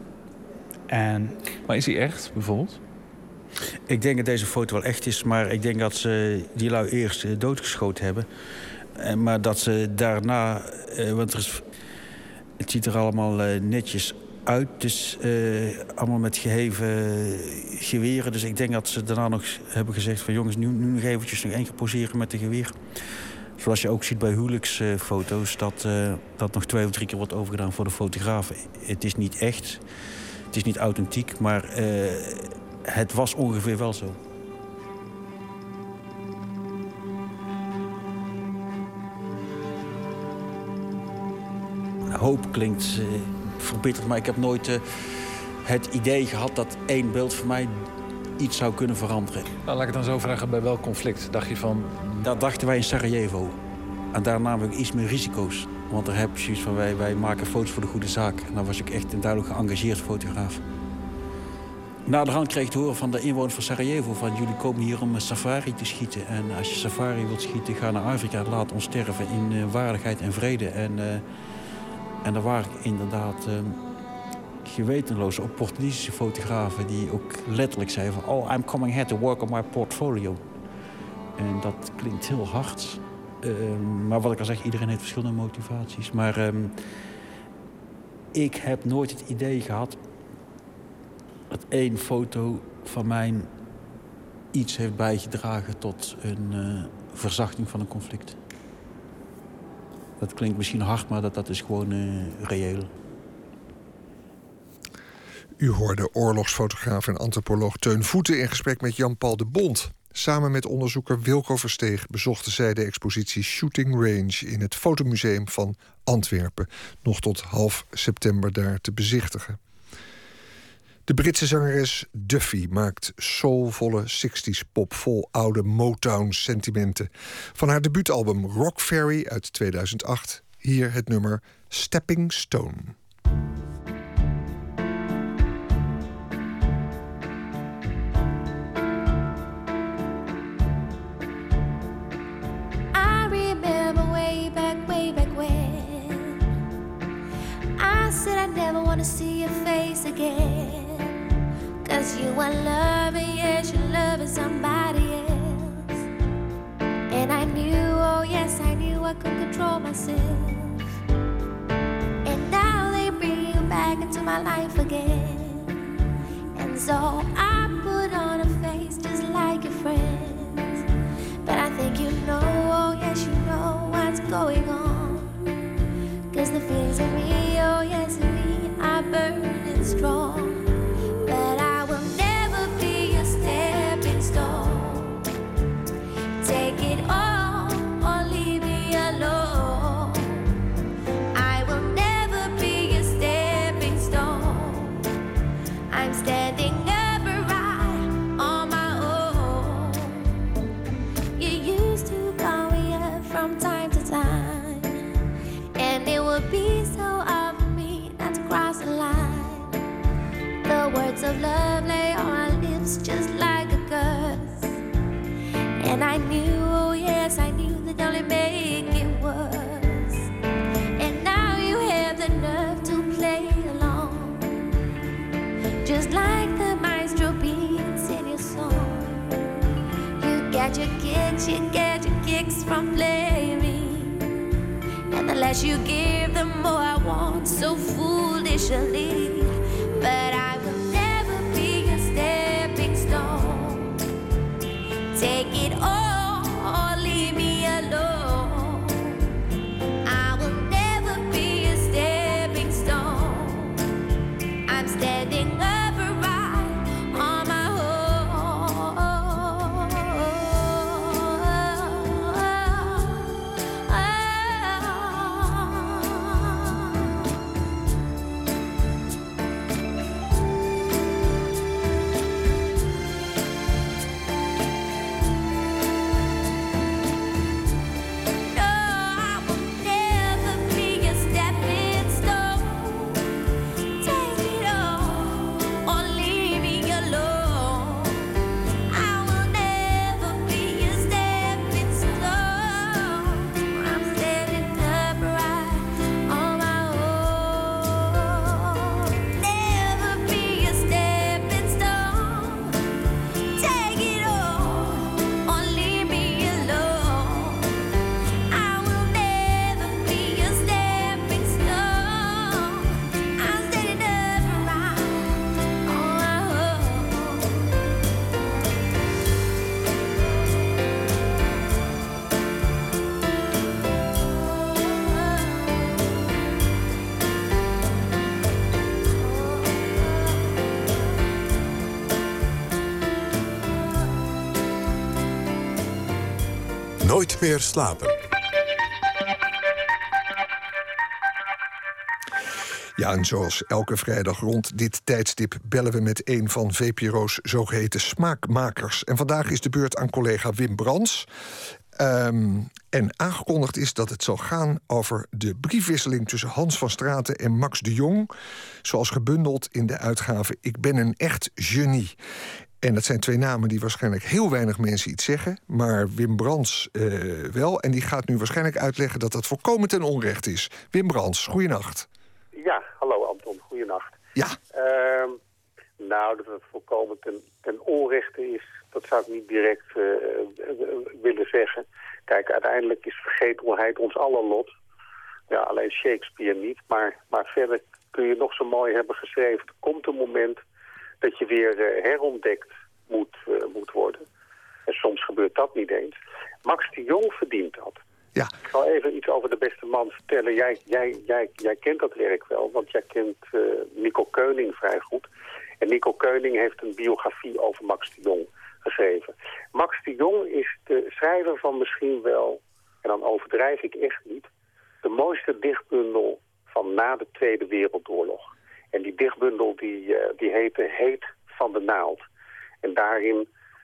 L: Maar is die echt, bijvoorbeeld?
N: Ik denk dat deze foto wel echt is, maar ik denk dat ze die lui eerst doodgeschoten hebben. Maar dat ze daarna, want het ziet er allemaal netjes uit, dus allemaal met geheven geweren. Dus ik denk dat ze daarna nog hebben gezegd van jongens, nu nog eventjes nog één keer poseren met de geweer. Zoals je ook ziet bij huwelijksfoto's, dat nog 2 of 3 keer wordt overgedaan voor de fotograaf. Het is niet echt, het is niet authentiek, maar het was ongeveer wel zo. Hoop klinkt verbitterd, maar ik heb nooit het idee gehad dat 1 beeld voor mij iets zou kunnen veranderen.
L: Nou, laat ik het dan zo vragen, bij welk conflict dacht je van?
N: Dat dachten wij in Sarajevo. En daar namen we iets meer risico's. Want daar heb je zoiets van, wij maken foto's voor de goede zaak. En dan was ik echt een duidelijk geëngageerd fotograaf. Na de hand kreeg ik te horen van de inwoners van Sarajevo van jullie komen hier om safari te schieten. En als je safari wilt schieten, ga naar Afrika, laat ons sterven in waardigheid en vrede. En En er waren inderdaad gewetenloze opportunistische fotografen die ook letterlijk zeiden van... oh, I'm coming here to work on my portfolio. En dat klinkt heel hard. Maar wat ik al zeg, iedereen heeft verschillende motivaties. Maar ik heb nooit het idee gehad dat 1 foto van mij iets heeft bijgedragen tot een verzachting van een conflict. Dat klinkt misschien hard, maar dat is gewoon reëel.
E: U hoorde oorlogsfotograaf en antropoloog Teun Voeten in gesprek met Jan-Paul de Bont. Samen met onderzoeker Wilco Versteeg bezochten zij de expositie Shooting Range in het Fotomuseum van Antwerpen. Nog tot half september daar te bezichtigen. De Britse zangeres Duffy maakt soulvolle 60s pop vol oude Motown-sentimenten. Van haar debuutalbum Rock Fairy uit 2008, hier het nummer Stepping Stone.
P: I remember way back when I said I never want to see your face again. 'Cause you are loving, yes, you're loving somebody else. And I knew, oh yes, I knew I couldn't control myself. And now they bring you back into my life again. And so I put on a face just like your friends. But I think you know, oh yes, you know what's going on. 'Cause the feelings in me, oh yes, in me are burning strong. But I will never be a stepping stone. Take it all or leave me alone. I will never be a stepping stone. I'm standing upright on my own. You used to call me up from time to time, and it would be so hard for me not to cross the line. The words of love lay on my lips just like a curse. And I knew, oh yes, I knew that only make it worse. And now you have the nerve to play along, just like the maestro beats in your song. You get your kicks from playing me. And the less you give, the more I want so foolishly. But I will never be a stepping stone. Take it all or leave me alone. I will never be a stepping stone. I'm standing upright on my own.
G: Nooit meer slapen.
E: Ja, en zoals elke vrijdag rond dit tijdstip bellen we met een van VPRO's zogeheten smaakmakers. En vandaag is de beurt aan collega Wim Brands. En aangekondigd is dat het zal gaan over de briefwisseling tussen Hans van Straten en Max de Jong, zoals gebundeld in de uitgave Ik ben een echt genie. En dat zijn twee namen die waarschijnlijk heel weinig mensen iets zeggen. Maar Wim Brands wel. En die gaat nu waarschijnlijk uitleggen dat dat volkomen ten onrechte is. Wim Brands, goeienacht.
Q: Ja, hallo Anton, goeienacht.
E: Ja.
Q: Nou, dat het volkomen ten onrechte is, dat zou ik niet direct willen zeggen. Kijk, uiteindelijk is vergetelheid ons aller lot. Ja, alleen Shakespeare niet. Maar verder kun je nog zo mooi hebben geschreven. Er komt een moment dat je weer herontdekt moet worden. En soms gebeurt dat niet eens. Max de Jong verdient dat.
E: Ja.
Q: Ik zal even iets over De Beste Man vertellen. Jij kent dat werk wel, want jij kent Nico Keuning vrij goed. En Nico Keuning heeft een biografie over Max de Jong geschreven. Max de Jong is de schrijver van misschien wel, en dan overdrijf ik echt niet, de mooiste dichtbundel van na de Tweede Wereldoorlog. En die dichtbundel die heette Heet van de Naald. En daarin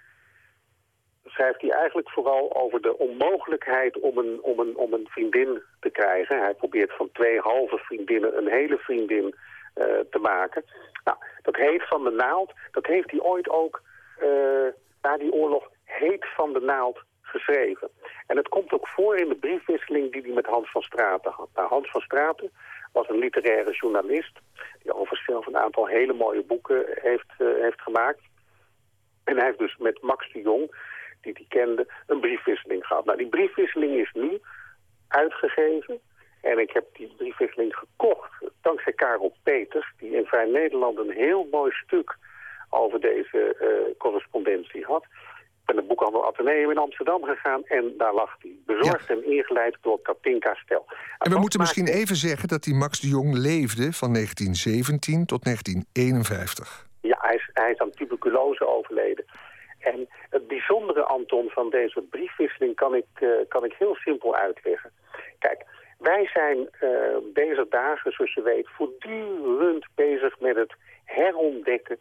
Q: schrijft hij eigenlijk vooral over de onmogelijkheid om een vriendin te krijgen. Hij probeert van 2 halve vriendinnen een hele vriendin te maken. Nou, dat Heet van de Naald, dat heeft hij ooit ook na die oorlog Heet van de Naald geschreven. En het komt ook voor in de briefwisseling die hij met Hans van Straten had. Nou, Hans van Straten was een literaire journalist die overigens zelf een aantal hele mooie boeken heeft gemaakt. En hij heeft dus met Max de Jong, die hij kende, een briefwisseling gehad. Nou, die briefwisseling is nu uitgegeven. En ik heb die briefwisseling gekocht dankzij Karel Peters, die in Vrij Nederland een heel mooi stuk over deze correspondentie had. Ik ben naar de boekhandel Atheneum in Amsterdam gegaan en daar lag hij. Bezorgd en ingeleid door Katinka Stel.
E: En we moeten misschien even zeggen dat die Max de Jong leefde van 1917 tot 1951.
Q: Ja, hij is aan tuberculose overleden. En het bijzondere, Anton, van deze briefwisseling kan ik heel simpel uitleggen. Kijk, wij zijn deze dagen, zoals je weet, voortdurend bezig met het herontdekken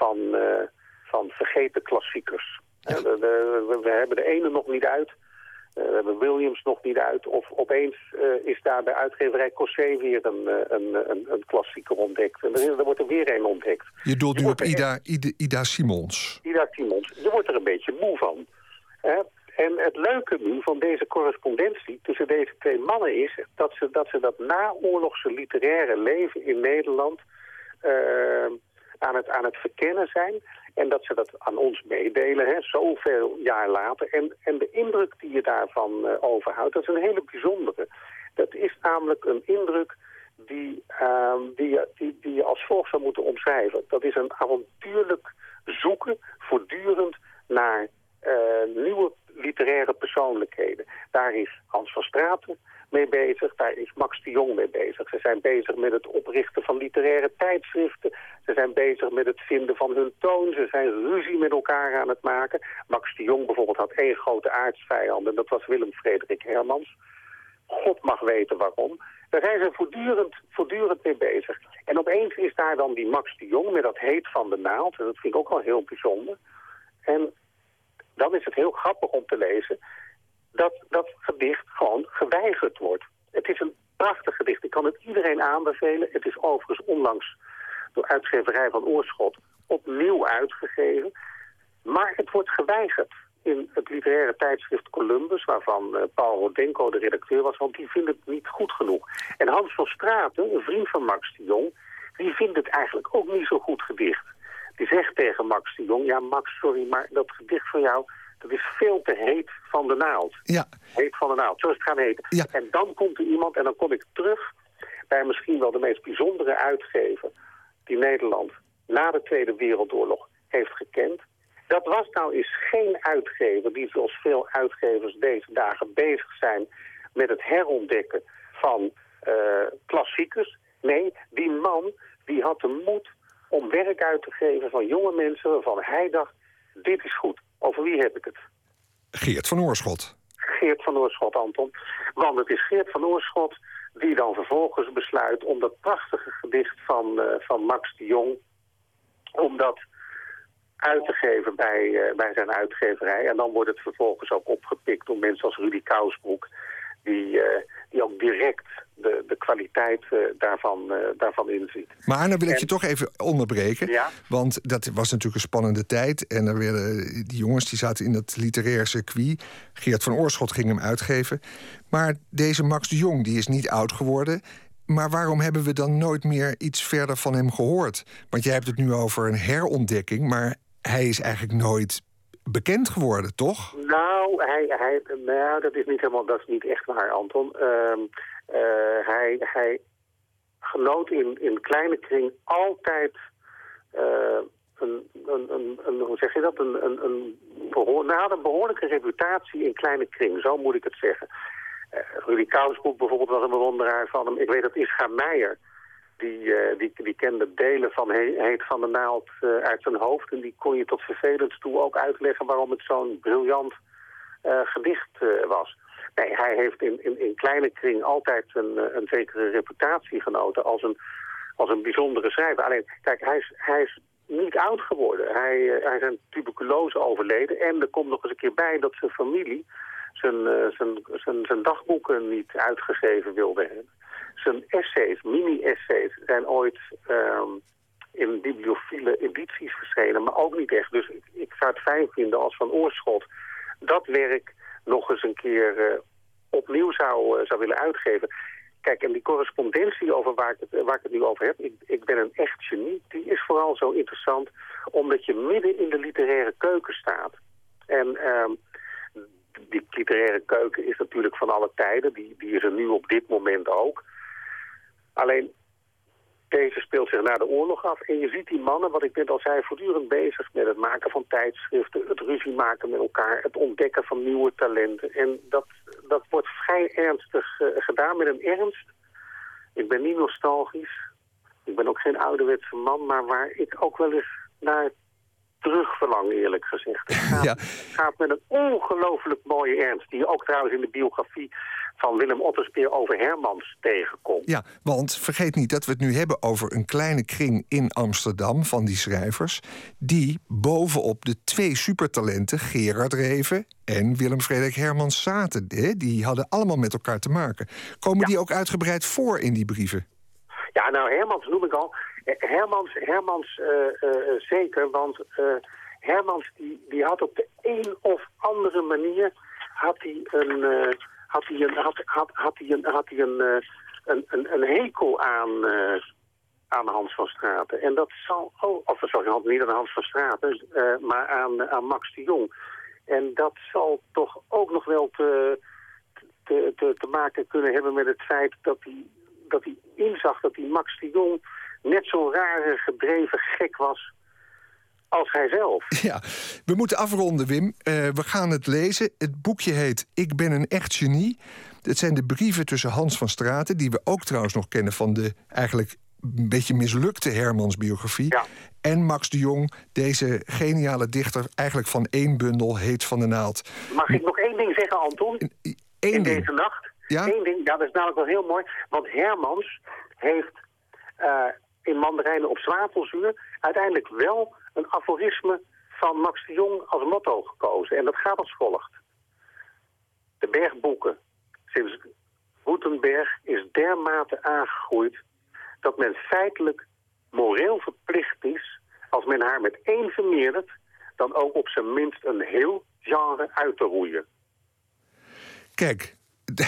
Q: van vergeten klassiekers. Ja. We hebben de ene nog niet uit. We hebben Williams nog niet uit. Of opeens is daar bij uitgeverij Cossé weer een klassieker ontdekt. En er wordt er weer een ontdekt.
E: Je bedoelt nu op Ida Simons.
Q: Ida Simons. Je wordt er een beetje moe van. En het leuke nu van deze correspondentie tussen deze twee mannen is dat ze dat naoorlogse literaire leven in Nederland aan het verkennen zijn. En dat ze dat aan ons meedelen, zoveel jaar later. En de indruk die je daarvan overhoudt, dat is een hele bijzondere. Dat is namelijk een indruk die je als volgt zou moeten omschrijven. Dat is een avontuurlijk zoeken, voortdurend naar nieuwe literaire persoonlijkheden. Daar is Hans van Straten mee bezig, daar is Max de Jong mee bezig. Ze zijn bezig met het oprichten van literaire tijdschriften. Ze zijn bezig met het vinden van hun toon. Ze zijn ruzie met elkaar aan het maken. Max de Jong bijvoorbeeld had 1 grote aardsvijand en dat was Willem Frederik Hermans. God mag weten waarom. Daar zijn ze voortdurend mee bezig. En opeens is daar dan die Max de Jong met dat Heet van de Naald. En dat vind ik ook wel heel bijzonder. En dan is het heel grappig om te lezen dat gedicht gewoon geweigerd wordt. Het is een prachtig gedicht. Ik kan het iedereen aanbevelen. Het is overigens onlangs door uitgeverij van Oorschot opnieuw uitgegeven. Maar het wordt geweigerd in het literaire tijdschrift Columbus, waarvan Paul Rodenko de redacteur was, want die vindt het niet goed genoeg. En Hans van Straten, een vriend van Max de Jong, die vindt het eigenlijk ook niet zo goed gedicht. Die zegt tegen Max de Jong, ja Max, sorry, maar dat gedicht van jou, dat is veel te heet van de naald.
E: Ja.
Q: Heet van de naald, zo is het gaan heten. Ja. En dan komt er iemand, en dan kom ik terug bij misschien wel de meest bijzondere uitgever die Nederland na de Tweede Wereldoorlog heeft gekend. Dat was nou eens geen uitgever die zoals veel uitgevers deze dagen bezig zijn met het herontdekken van klassiekers. Nee, die man die had de moed om werk uit te geven van jonge mensen waarvan hij dacht, dit is goed. Over wie heb ik het?
E: Geert van Oorschot.
Q: Geert van Oorschot, Anton. Want het is Geert van Oorschot die dan vervolgens besluit om dat prachtige gedicht van Max de Jong, om dat uit te geven bij zijn uitgeverij. En dan wordt het vervolgens ook opgepikt door mensen als Rudy Kousbroek, die ook direct de kwaliteit daarvan inziet.
E: Maar nou wil ik je toch even onderbreken.
Q: Ja?
E: Want dat was natuurlijk een spannende tijd. En er werden die jongens die zaten in dat literair circuit. Geert van Oorschot ging hem uitgeven. Maar deze Max de Jong die is niet oud geworden. Maar waarom hebben we dan nooit meer iets verder van hem gehoord? Want jij hebt het nu over een herontdekking, maar hij is eigenlijk nooit bekend geworden, toch?
Q: Nou, dat is niet echt waar, Anton. Hij genoot in kleine kring altijd hoe zeg je dat? Een behoorlijke reputatie in kleine kring, zo moet ik het zeggen. Rudy Kousbroek bijvoorbeeld was een bewonderaar van hem. Ik weet dat Ischa Meijer, die kende delen van Heet van de Naald uit zijn hoofd. En die kon je tot vervelend toe ook uitleggen waarom het zo'n briljant gedicht was. Nee, hij heeft in kleine kring altijd een zekere reputatie genoten als een bijzondere schrijver. Alleen, kijk, hij is niet oud geworden. Hij is aan tuberculose overleden. En er komt nog eens een keer bij dat zijn familie zijn dagboeken niet uitgegeven wilde hebben. Zijn essays, mini-essays, zijn ooit in bibliophile edities verschenen, maar ook niet echt. Dus ik zou het fijn vinden als Van Oorschot dat werk nog eens een keer opnieuw zou willen uitgeven. Kijk, en die correspondentie over waar ik het nu over heb, ik ben een echt genie, die is vooral zo interessant omdat je midden in de literaire keuken staat. En die literaire keuken is natuurlijk van alle tijden. Die is er nu op dit moment ook. Alleen, deze speelt zich na de oorlog af. En je ziet die mannen, wat ik net al zei, voortdurend bezig met het maken van tijdschriften, het ruzie maken met elkaar, het ontdekken van nieuwe talenten. En dat wordt vrij ernstig gedaan met een ernst. Ik ben niet nostalgisch. Ik ben ook geen ouderwetse man, maar waar ik ook wel eens naar terugverlang, eerlijk gezegd. Het gaat met een ongelooflijk mooie ernst, die je ook trouwens in de biografie van Willem Otterspeer over Hermans tegenkomt.
E: Ja, want vergeet niet dat we het nu hebben over een kleine kring in Amsterdam van die schrijvers, die bovenop de 2 supertalenten, Gerard Reven en Willem Frederik Hermans zaten. Die hadden allemaal met elkaar te maken. Komen die ook uitgebreid voor in die brieven?
Q: Ja, nou, Hermans noem ik al. Hermans zeker, want Hermans die had op de een of andere manier een hekel aan Hans van Straten. En dat zal niet aan Hans van Straten, maar aan Max de Jong. En dat zal toch ook nog wel te maken kunnen hebben met het feit dat hij inzag dat die Max de Jong net zo'n rare, gedreven gek was als hij zelf.
E: Ja, we moeten afronden, Wim. We gaan het lezen. Het boekje heet Ik ben een echt genie. Het zijn de brieven tussen Hans van Straten, die we ook trouwens nog kennen van de eigenlijk een beetje mislukte Hermans-biografie. Ja. En Max de Jong, deze geniale dichter, eigenlijk van 1 bundel, Heet van de Naald.
Q: Mag ik nog 1 ding zeggen, Anton? In deze nacht?
E: Ja?
Q: 1 ding, ja, dat is namelijk wel heel mooi. Want Hermans heeft in Mandarijnen op zwavelzuur uiteindelijk wel een aforisme van Max de Jong als motto gekozen. En dat gaat als volgt. De bergboeken sinds Gutenberg is dermate aangegroeid dat men feitelijk moreel verplicht is, als men haar met 1 vermeerdert, dan ook op zijn minst een heel genre uit te roeien.
E: Kijk,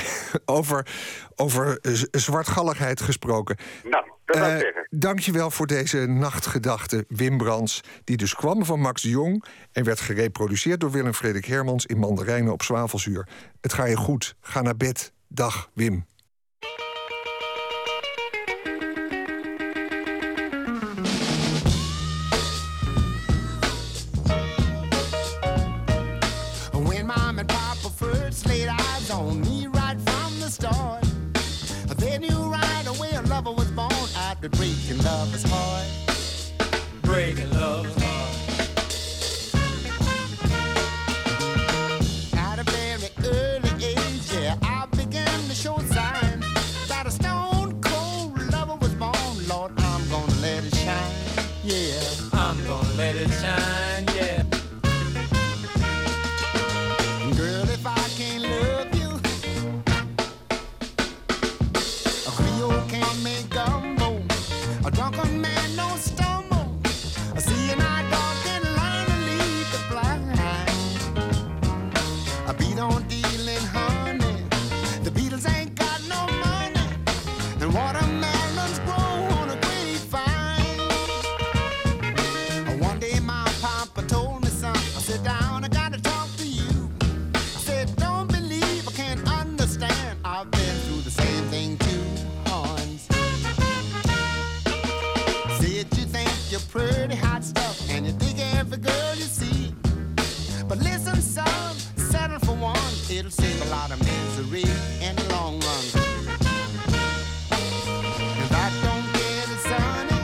E: over zwartgalligheid gesproken.
Q: Nou, dat zou ik zeggen.
E: Dankjewel voor deze nachtgedachte, Wim Brands, die dus kwam van Max de Jong en werd gereproduceerd door Willem Frederik Hermans in Mandarijnen op zwavelzuur. Het gaat je goed. Ga naar bed. Dag, Wim.
R: When mom and papa first laid eyes on me right from the start, they knew right away a lover was born out the breaking love's heart. Breaking love's heart. At a very early age, yeah, I began to show signs that a stone cold lover was born. Lord, I'm gonna let it shine, yeah. I'm gonna let it shine, yeah. Girl, if I can't love you, The Beatles ain't got no money, and watermelons grow on a grapevine. One day my papa told me, son, sit down, I gotta talk to you. I said, don't believe, I can't understand. I've been through the same thing too, Hans. Said you think you're pretty hot stuff, and you dig every girl you see. But listen, son, settle for one, it'll save a lot of misery in the long run. If I don't get it, sonny,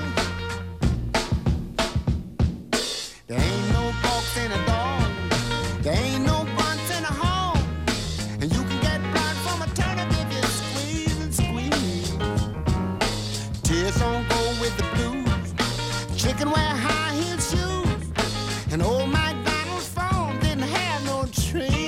R: there ain't no box in a dog, there ain't no bunts in a home, and you can get blood from a turnip if you squeeze and squeeze. Tears don't go with the blues, chicken wear high-heeled shoes, and old MacDonald's phone didn't have no tree.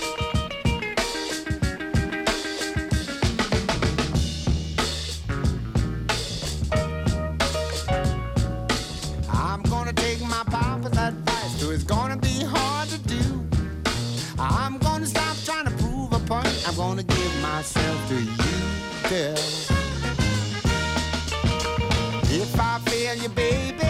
R: I'm gonna take my papa's advice, so it's gonna be hard to do. I'm gonna stop trying to prove a point, I'm gonna give myself to you, girl. If I fail you, baby,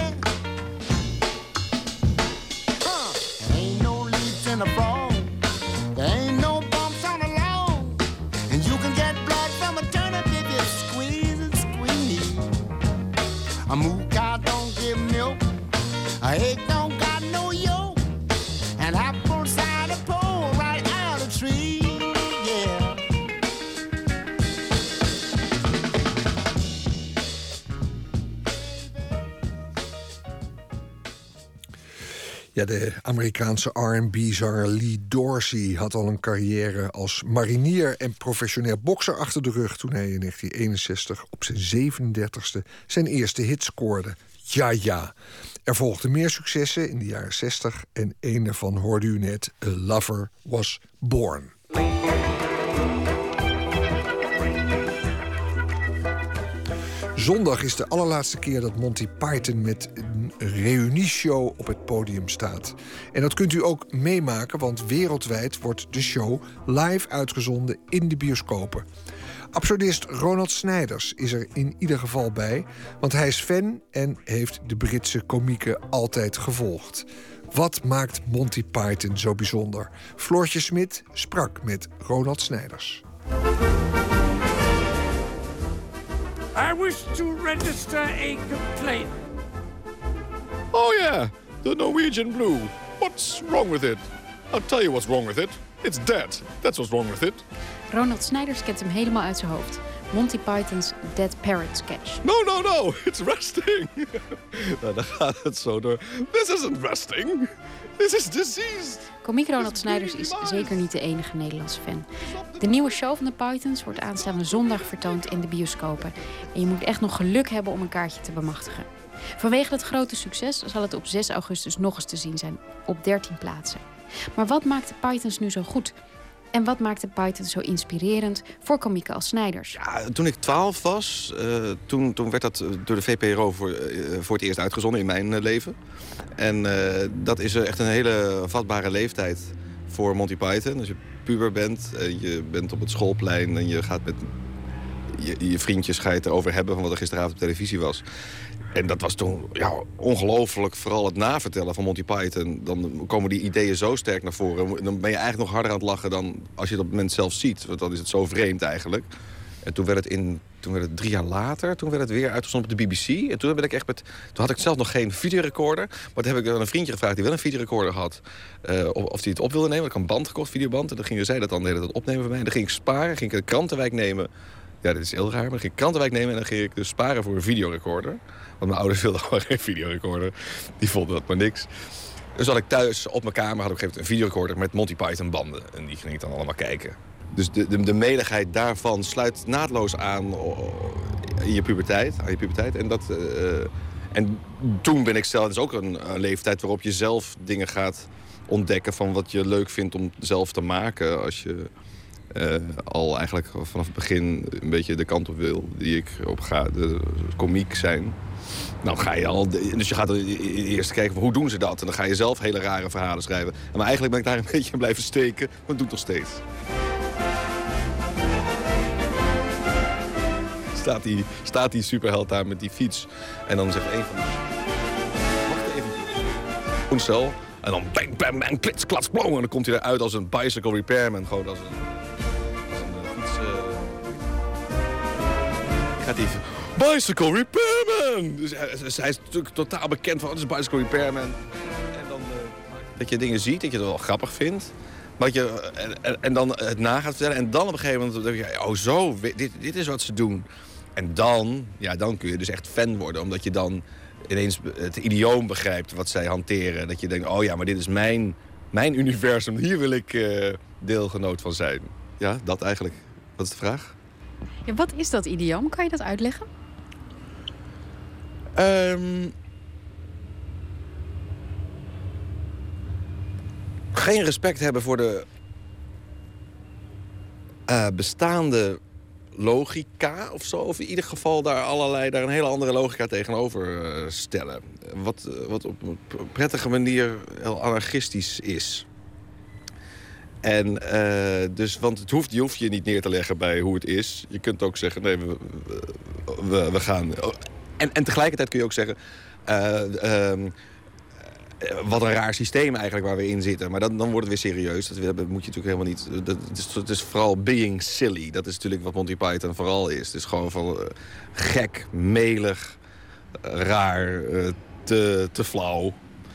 R: there ain't no leaves in a frog, there ain't no bumps on the lawn, and you can get blood from a turnip if you squeeze and squeeze. A moo cow don't give milk, a egg don't got no yolk, and apple cider pour right out of tree, yeah.
E: Ja, de Amerikaanse R&B-zanger Lee Dorsey had al een carrière als marinier en professioneel bokser achter de rug toen hij in 1961 op zijn 37e zijn eerste hit scoorde. Ja, ja. Er volgden meer successen in de jaren 60 en een daarvan hoorde u net, A Lover Was Born. Zondag is de allerlaatste keer dat Monty Python met een reunieshow op het podium staat. En dat kunt u ook meemaken, want wereldwijd wordt de show live uitgezonden in de bioscopen. Absurdist Ronald Snijders is er in ieder geval bij, want hij is fan en heeft de Britse komieken altijd gevolgd. Wat maakt Monty Python zo bijzonder? Floortje Smit sprak met Ronald Snijders.
S: I wish to register a complaint.
T: Oh yeah, the Norwegian Blue. What's wrong with it? I'll tell you what's wrong with it. It's dead. That's what's wrong with it.
U: Ronald Snijders kent hem helemaal uit zijn hoofd. Monty Python's Dead Parrot sketch.
T: No, it's resting. Nou, dan gaat het zo door. This isn't resting. This is diseased.
U: Komiek Ronald Snijders is zeker niet de enige Nederlandse fan. De nieuwe show van de Pythons wordt aanstaande zondag vertoond in de bioscopen. En je moet echt nog geluk hebben om een kaartje te bemachtigen. Vanwege het grote succes zal het op 6 augustus nog eens te zien zijn, op 13 plaatsen. Maar wat maakt de Pythons nu zo goed? En wat maakt de Pythons zo inspirerend voor komieken als Snijders?
V: Ja, toen ik 12 was, toen werd dat door de VPRO voor het eerst uitgezonden in mijn leven. En dat is echt een hele vatbare leeftijd voor Monty Python. Als je puber bent, je bent op het schoolplein en je gaat met je vriendjes ga je het erover hebben van wat er gisteravond op televisie was. En dat was toen ongelooflijk, vooral het navertellen van Monty Python. Dan komen die ideeën zo sterk naar voren. Dan ben je eigenlijk nog harder aan het lachen dan als je het op het moment zelf ziet. Want dan is het zo vreemd eigenlijk. En toen werd het 3 jaar later, toen werd het weer uitgezonden op de BBC. En toen had ik zelf nog geen videorecorder. Maar toen heb ik aan een vriendje gevraagd die wel een videorecorder had. Of hij het op wilde nemen. Ik had een band gekocht, videoband. En dan ging zij dat dan de hele tijd opnemen voor mij. En dan ging ik sparen, ging ik de Krantenwijk nemen. Ja, dit is heel raar, maar dan ging ik Krantenwijk nemen en dan ging ik dus sparen voor een videorecorder. Want mijn ouders wilden gewoon geen videorecorder. Die vonden dat maar niks. Dus had ik thuis op mijn kamer had ik een videorecorder met Monty Python banden. En die ging ik dan allemaal kijken. Dus de meligheid daarvan sluit naadloos aan in je puberteit. En toen ben ik zelf, het is ook een leeftijd waarop je zelf dingen gaat ontdekken van wat je leuk vindt om zelf te maken. Als je al eigenlijk vanaf het begin een beetje de kant op wil die ik op ga, de komiek zijn. Nou ga je al, dus je gaat eerst kijken van hoe doen ze dat? En dan ga je zelf hele rare verhalen schrijven. Maar eigenlijk ben ik daar een beetje aan blijven steken, maar dat doe ik nog steeds. staat die superheld daar met die fiets. En dan zegt een van de... Wacht even. Groencel. En dan bang, bang, bang, klits, klats, plong. En dan komt hij eruit als een bicycle repairman. Gewoon als een fiets... Gaat hij... Bicycle repairman! Dus hij is natuurlijk totaal bekend van... Het is bicycle repairman. En dan dat je dingen ziet, dat je het wel grappig vindt. Maar en dan het na gaat vertellen. En dan op een gegeven moment denk je... Oh zo, dit is wat ze doen. En dan kun je dus echt fan worden. Omdat je dan ineens het idioom begrijpt wat zij hanteren. Dat je denkt, oh ja, maar dit is mijn universum. Hier wil ik deelgenoot van zijn. Ja, dat eigenlijk. Wat is de vraag?
U: Ja, wat is dat idioom? Kan je dat uitleggen?
V: Geen respect hebben voor de bestaande logica of zo. Of in ieder geval daar een hele andere logica tegenover stellen. Wat op een prettige manier heel anarchistisch is. En dus, want je hoeft je niet neer te leggen bij hoe het is. Je kunt ook zeggen, nee, we gaan... En tegelijkertijd kun je ook zeggen... wat een raar systeem eigenlijk waar we in zitten. Maar dan wordt het weer serieus. Dat moet je natuurlijk helemaal niet... Het is vooral being silly. Dat is natuurlijk wat Monty Python vooral is. Het is gewoon van gek, melig, raar, te flauw.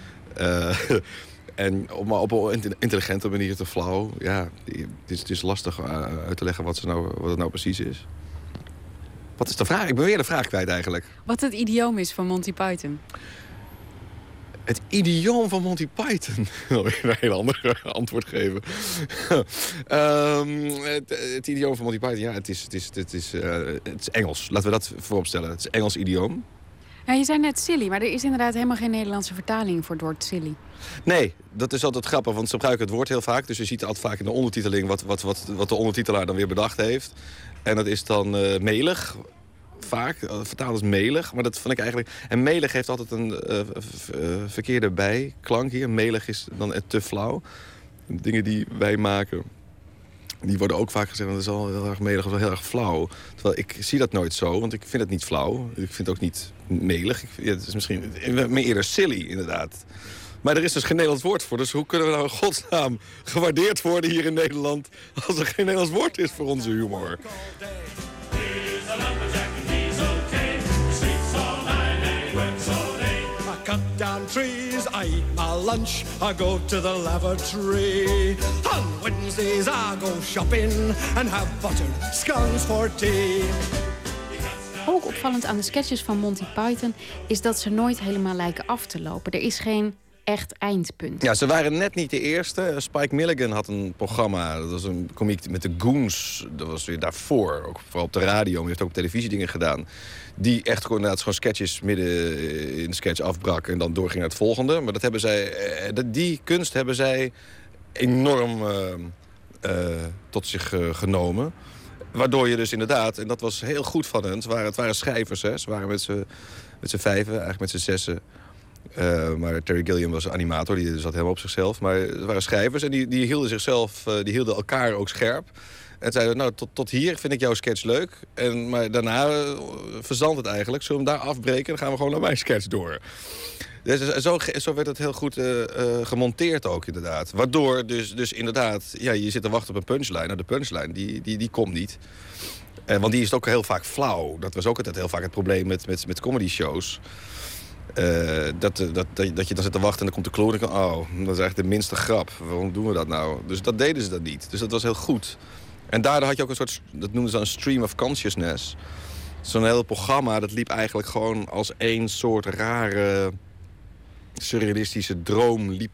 V: Maar op een intelligente manier te flauw. Ja, het is lastig uit te leggen wat het nou precies is. Wat is de vraag? Ik ben weer de vraag kwijt eigenlijk.
U: Wat het idioom is van Monty Python.
V: Het idioom van Monty Python. Ik wil weer een heel ander antwoord geven. Het idioom van Monty Python, ja, het is Engels. Laten we dat vooropstellen. Het is Engels idioom.
U: Ja, je zei net silly, maar er is inderdaad helemaal geen Nederlandse vertaling voor het woord silly.
V: Nee, dat is altijd grappig, want ze gebruiken het woord heel vaak. Dus je ziet altijd vaak in de ondertiteling wat de ondertitelaar dan weer bedacht heeft. En dat is dan melig. Vaak, vertaald als melig, maar dat vond ik eigenlijk... En melig heeft altijd een verkeerde bijklank hier. Melig is dan te flauw. De dingen die wij maken, die worden ook vaak gezegd... dat is al heel erg melig of wel heel erg flauw. Terwijl ik zie dat nooit zo, want ik vind het niet flauw. Ik vind het ook niet melig. Het is misschien meer eerder silly, inderdaad. Maar er is dus geen Nederlands woord voor. Dus hoe kunnen we nou in godsnaam gewaardeerd worden hier in Nederland... als er geen Nederlands woord is voor onze humor?
A: Cut down trees, I eat my lunch, I go to the lavatory. On Wednesdays I go shopping and have buttered scones for tea.
U: Ook opvallend aan de sketches van Monty Python is dat ze nooit helemaal lijken af te lopen. Er is geen echt eindpunt.
V: Ja, ze waren net niet de eerste. Spike Milligan had een programma. Dat was een komiek met de Goons. Dat was weer daarvoor. Ook vooral op de radio. Maar hij heeft ook op televisie dingen gedaan. Die echt gewoon sketches midden in de sketch afbrak. En dan doorging naar het volgende. Maar dat hebben zij, die kunst hebben zij enorm tot zich genomen. Waardoor je dus inderdaad, en dat was heel goed van hen. Het waren schrijvers, hè. Ze waren met z'n vijven, eigenlijk met z'n zessen. Maar Terry Gilliam was animator, die zat helemaal op zichzelf. Maar het waren schrijvers en die hielden elkaar ook scherp. En zeiden, nou, tot hier vind ik jouw sketch leuk. Maar daarna verzandt het eigenlijk. Zullen we hem daar afbreken, dan gaan we gewoon naar mijn sketch door. Dus zo werd het heel goed gemonteerd ook, inderdaad. Waardoor dus inderdaad, ja, je zit te wachten op een punchline. Nou, de punchline, die komt niet. Want die is ook heel vaak flauw. Dat was ook altijd heel vaak het probleem met comedy shows. Dat je dan zit te wachten en dan komt de kloon en oh, dat is eigenlijk de minste grap. Waarom doen we dat nou? Dus dat deden ze dan niet. Dus dat was heel goed. En daardoor had je ook een soort, dat noemden ze een stream of consciousness. Zo'n heel programma, dat liep eigenlijk gewoon als één soort rare surrealistische droom, liep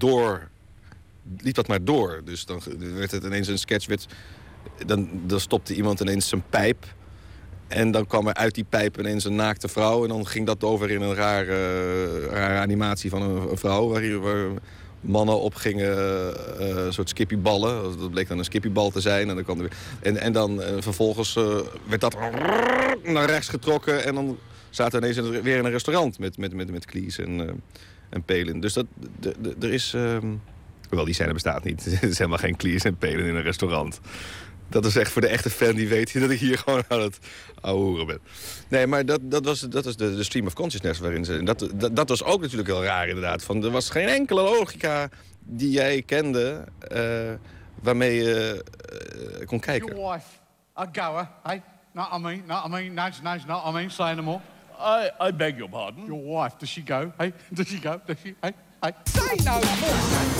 V: dat maar door. Dus dan werd het ineens een sketch, dan stopte iemand ineens zijn pijp. En dan kwam er uit die pijp ineens een naakte vrouw. En dan ging dat over in een rare animatie van een vrouw. Waar mannen op gingen, een soort skippyballen. Dat bleek dan een skippybal te zijn. En dan kwam dan vervolgens werd dat naar rechts getrokken. En dan zaten we ineens weer in een restaurant met Cleese en Palin. Dus er is... Hoewel, die scène bestaat niet. Er is helemaal geen Cleese en Palin in een restaurant. Dat is echt voor de echte fan die weet dat ik hier gewoon aan het ouwehoeren ben. Nee, maar dat was de stream of consciousness waarin ze... Dat was ook natuurlijk heel raar inderdaad. Er was geen enkele logica die jij kende waarmee je kon kijken.
B: Your wife, a goer, hey? Not I mean, not I mean, say no more. I beg your pardon? Your wife, does she go, hey? Does she go, hey? Say no more!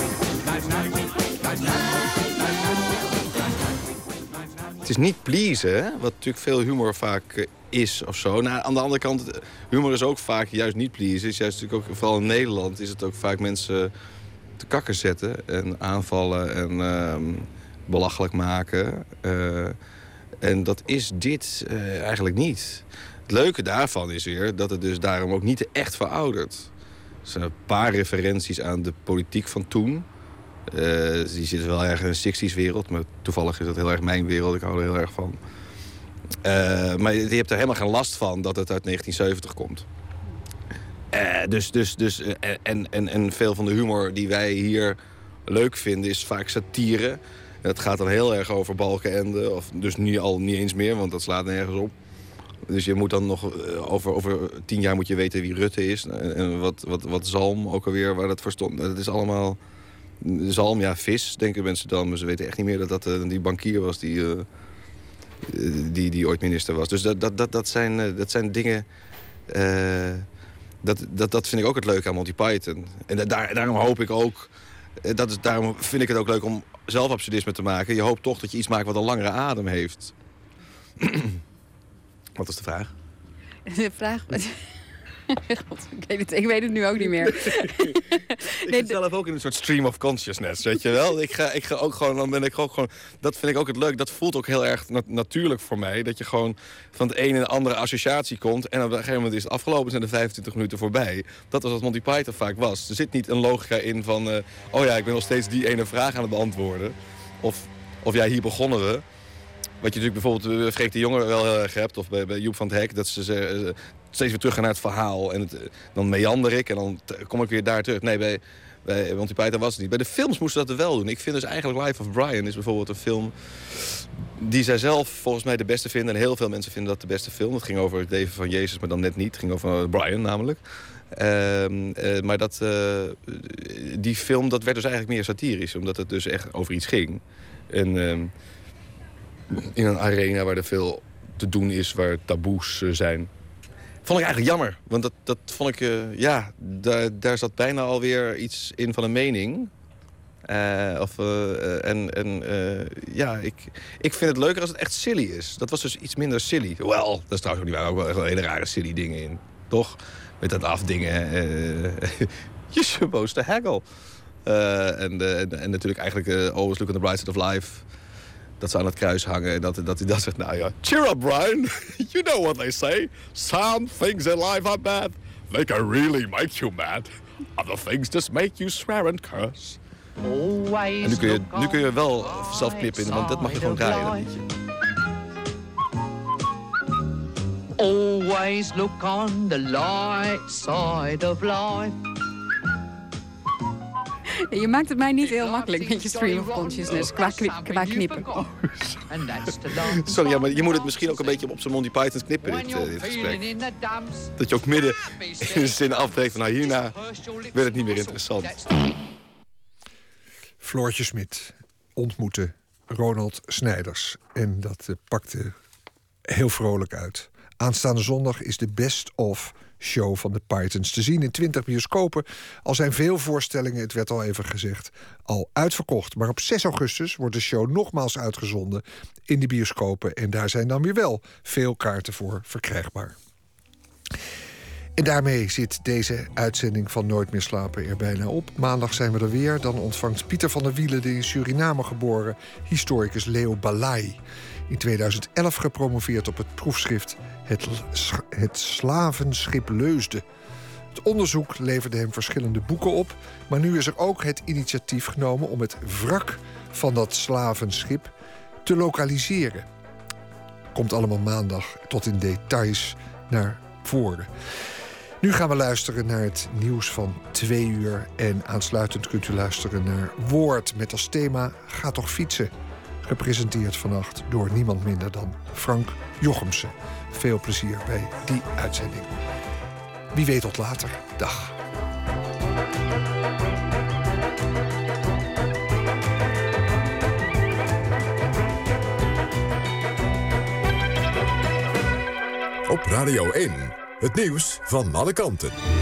V: Het is niet pleasen, hè? Wat natuurlijk veel humor vaak is of zo. Nou, aan de andere kant, humor is ook vaak juist niet pleasen. Is juist natuurlijk ook, vooral in Nederland, is het ook vaak mensen te kakken zetten en aanvallen en belachelijk maken. En dat is dit eigenlijk niet. Het leuke daarvan is weer dat het dus daarom ook niet echt veroudert. Er zijn een paar referenties aan de politiek van toen. Die zitten wel erg in een 60s wereld, maar toevallig is dat heel erg mijn wereld. Ik hou er heel erg van. Maar je hebt er helemaal geen last van dat het uit 1970 komt. En veel van de humor die wij hier leuk vinden is vaak satire. En het gaat dan heel erg over Balkenende, of dus niet eens meer, want dat slaat nergens op. Dus je moet dan nog over 10 jaar moet je weten wie Rutte is en wat zalm ook alweer waar dat voor stond. Dat is allemaal zalm, ja, vis, denken mensen dan, maar ze weten echt niet meer dat die bankier was die ooit minister was. Dus dat zijn dingen. Dat vind ik ook het leuke aan Monty Python. En daarom hoop ik ook. Daarom vind ik het ook leuk om zelf absurdisme te maken. Je hoopt toch dat je iets maakt wat een langere adem heeft. Wat is de vraag?
U: De vraag... God, ik weet het nu ook niet meer.
V: Ik zit zelf ook in een soort stream of consciousness, weet je wel. Ik ga ook gewoon, dan ben ik ook gewoon... Dat vind ik ook het leuk. Dat voelt ook heel erg natuurlijk voor mij. Dat je gewoon van het een en de andere associatie komt. En op een gegeven moment is het afgelopen, zijn de 25 minuten voorbij. Dat was wat Monty Python vaak was. Er zit niet een logica in van... oh ja, ik ben nog steeds die ene vraag aan het beantwoorden. Of ja, hier begonnen we. Wat je natuurlijk bijvoorbeeld bij Freek de Jonge wel heel erg hebt. Of bij Joep van het Hek. Dat ze steeds weer terug gaan naar het verhaal. En dan meander ik en dan kom ik weer daar terug. Nee, bij Monty Python was het niet. Bij de films moesten dat wel doen. Ik vind dus eigenlijk Life of Brian is bijvoorbeeld een film die zij zelf volgens mij de beste vinden. En heel veel mensen vinden dat de beste film. Het ging over het leven van Jezus, maar dan net niet. Het ging over Brian namelijk. Maar die film, dat werd dus eigenlijk meer satirisch. Omdat het dus echt over iets ging. En in een arena waar er veel te doen is, waar taboes zijn. Vond ik eigenlijk jammer. Want dat vond ik, daar zat bijna alweer iets in van een mening. Ik vind het leuker als het echt silly is. Dat was dus iets minder silly. Wel, dat is trouwens ook niet waar. Ook wel echt hele rare silly dingen in. Toch? Met dat afdingen. You're supposed to haggle. En natuurlijk eigenlijk Always Look on the Bright Side of Life. Dat ze aan het kruis hangen en dat hij dan zegt... Nou ja, cheer up, Brian. You know what they say. Some things in life are bad. They can really make you mad. Other things just make you swear and curse. En nu kun je wel zelf knippen, want dat mag je gewoon draaien, dat liedje.
C: Always look on the light side of life.
U: Je maakt het mij niet heel makkelijk met je stream of consciousness qua knippen.
V: Sorry, ja, maar je moet het misschien ook een beetje op zijn Monty Python's knippen, dit gesprek. Dat je ook midden in de zin afbreekt van... nou, hierna werd het niet meer interessant.
E: Floortje Smit ontmoette Ronald Snijders. En dat pakte heel vrolijk uit. Aanstaande zondag is de Best of show van de Pythons te zien in 20 bioscopen. Al zijn veel voorstellingen, het werd al even gezegd, al uitverkocht. Maar op 6 augustus wordt de show nogmaals uitgezonden in de bioscopen. En daar zijn dan weer wel veel kaarten voor verkrijgbaar. En daarmee zit deze uitzending van Nooit meer slapen er bijna op. Maandag zijn we er weer. Dan ontvangt Pieter van der Wielen de in Suriname geboren historicus Leo Balai. In 2011 gepromoveerd op het proefschrift Het slavenschip Leusden. Het onderzoek leverde hem verschillende boeken op. Maar nu is er ook het initiatief genomen om het wrak van dat slavenschip te lokaliseren. Komt allemaal maandag tot in details naar voren. Nu gaan we luisteren naar het nieuws van 2 uur. En aansluitend kunt u luisteren naar Woord met als thema Ga toch fietsen. Gepresenteerd vannacht door niemand minder dan Frank Jochemsen. Veel plezier bij die uitzending. Wie weet tot later. Dag.
G: Op Radio 1, het nieuws van alle kanten.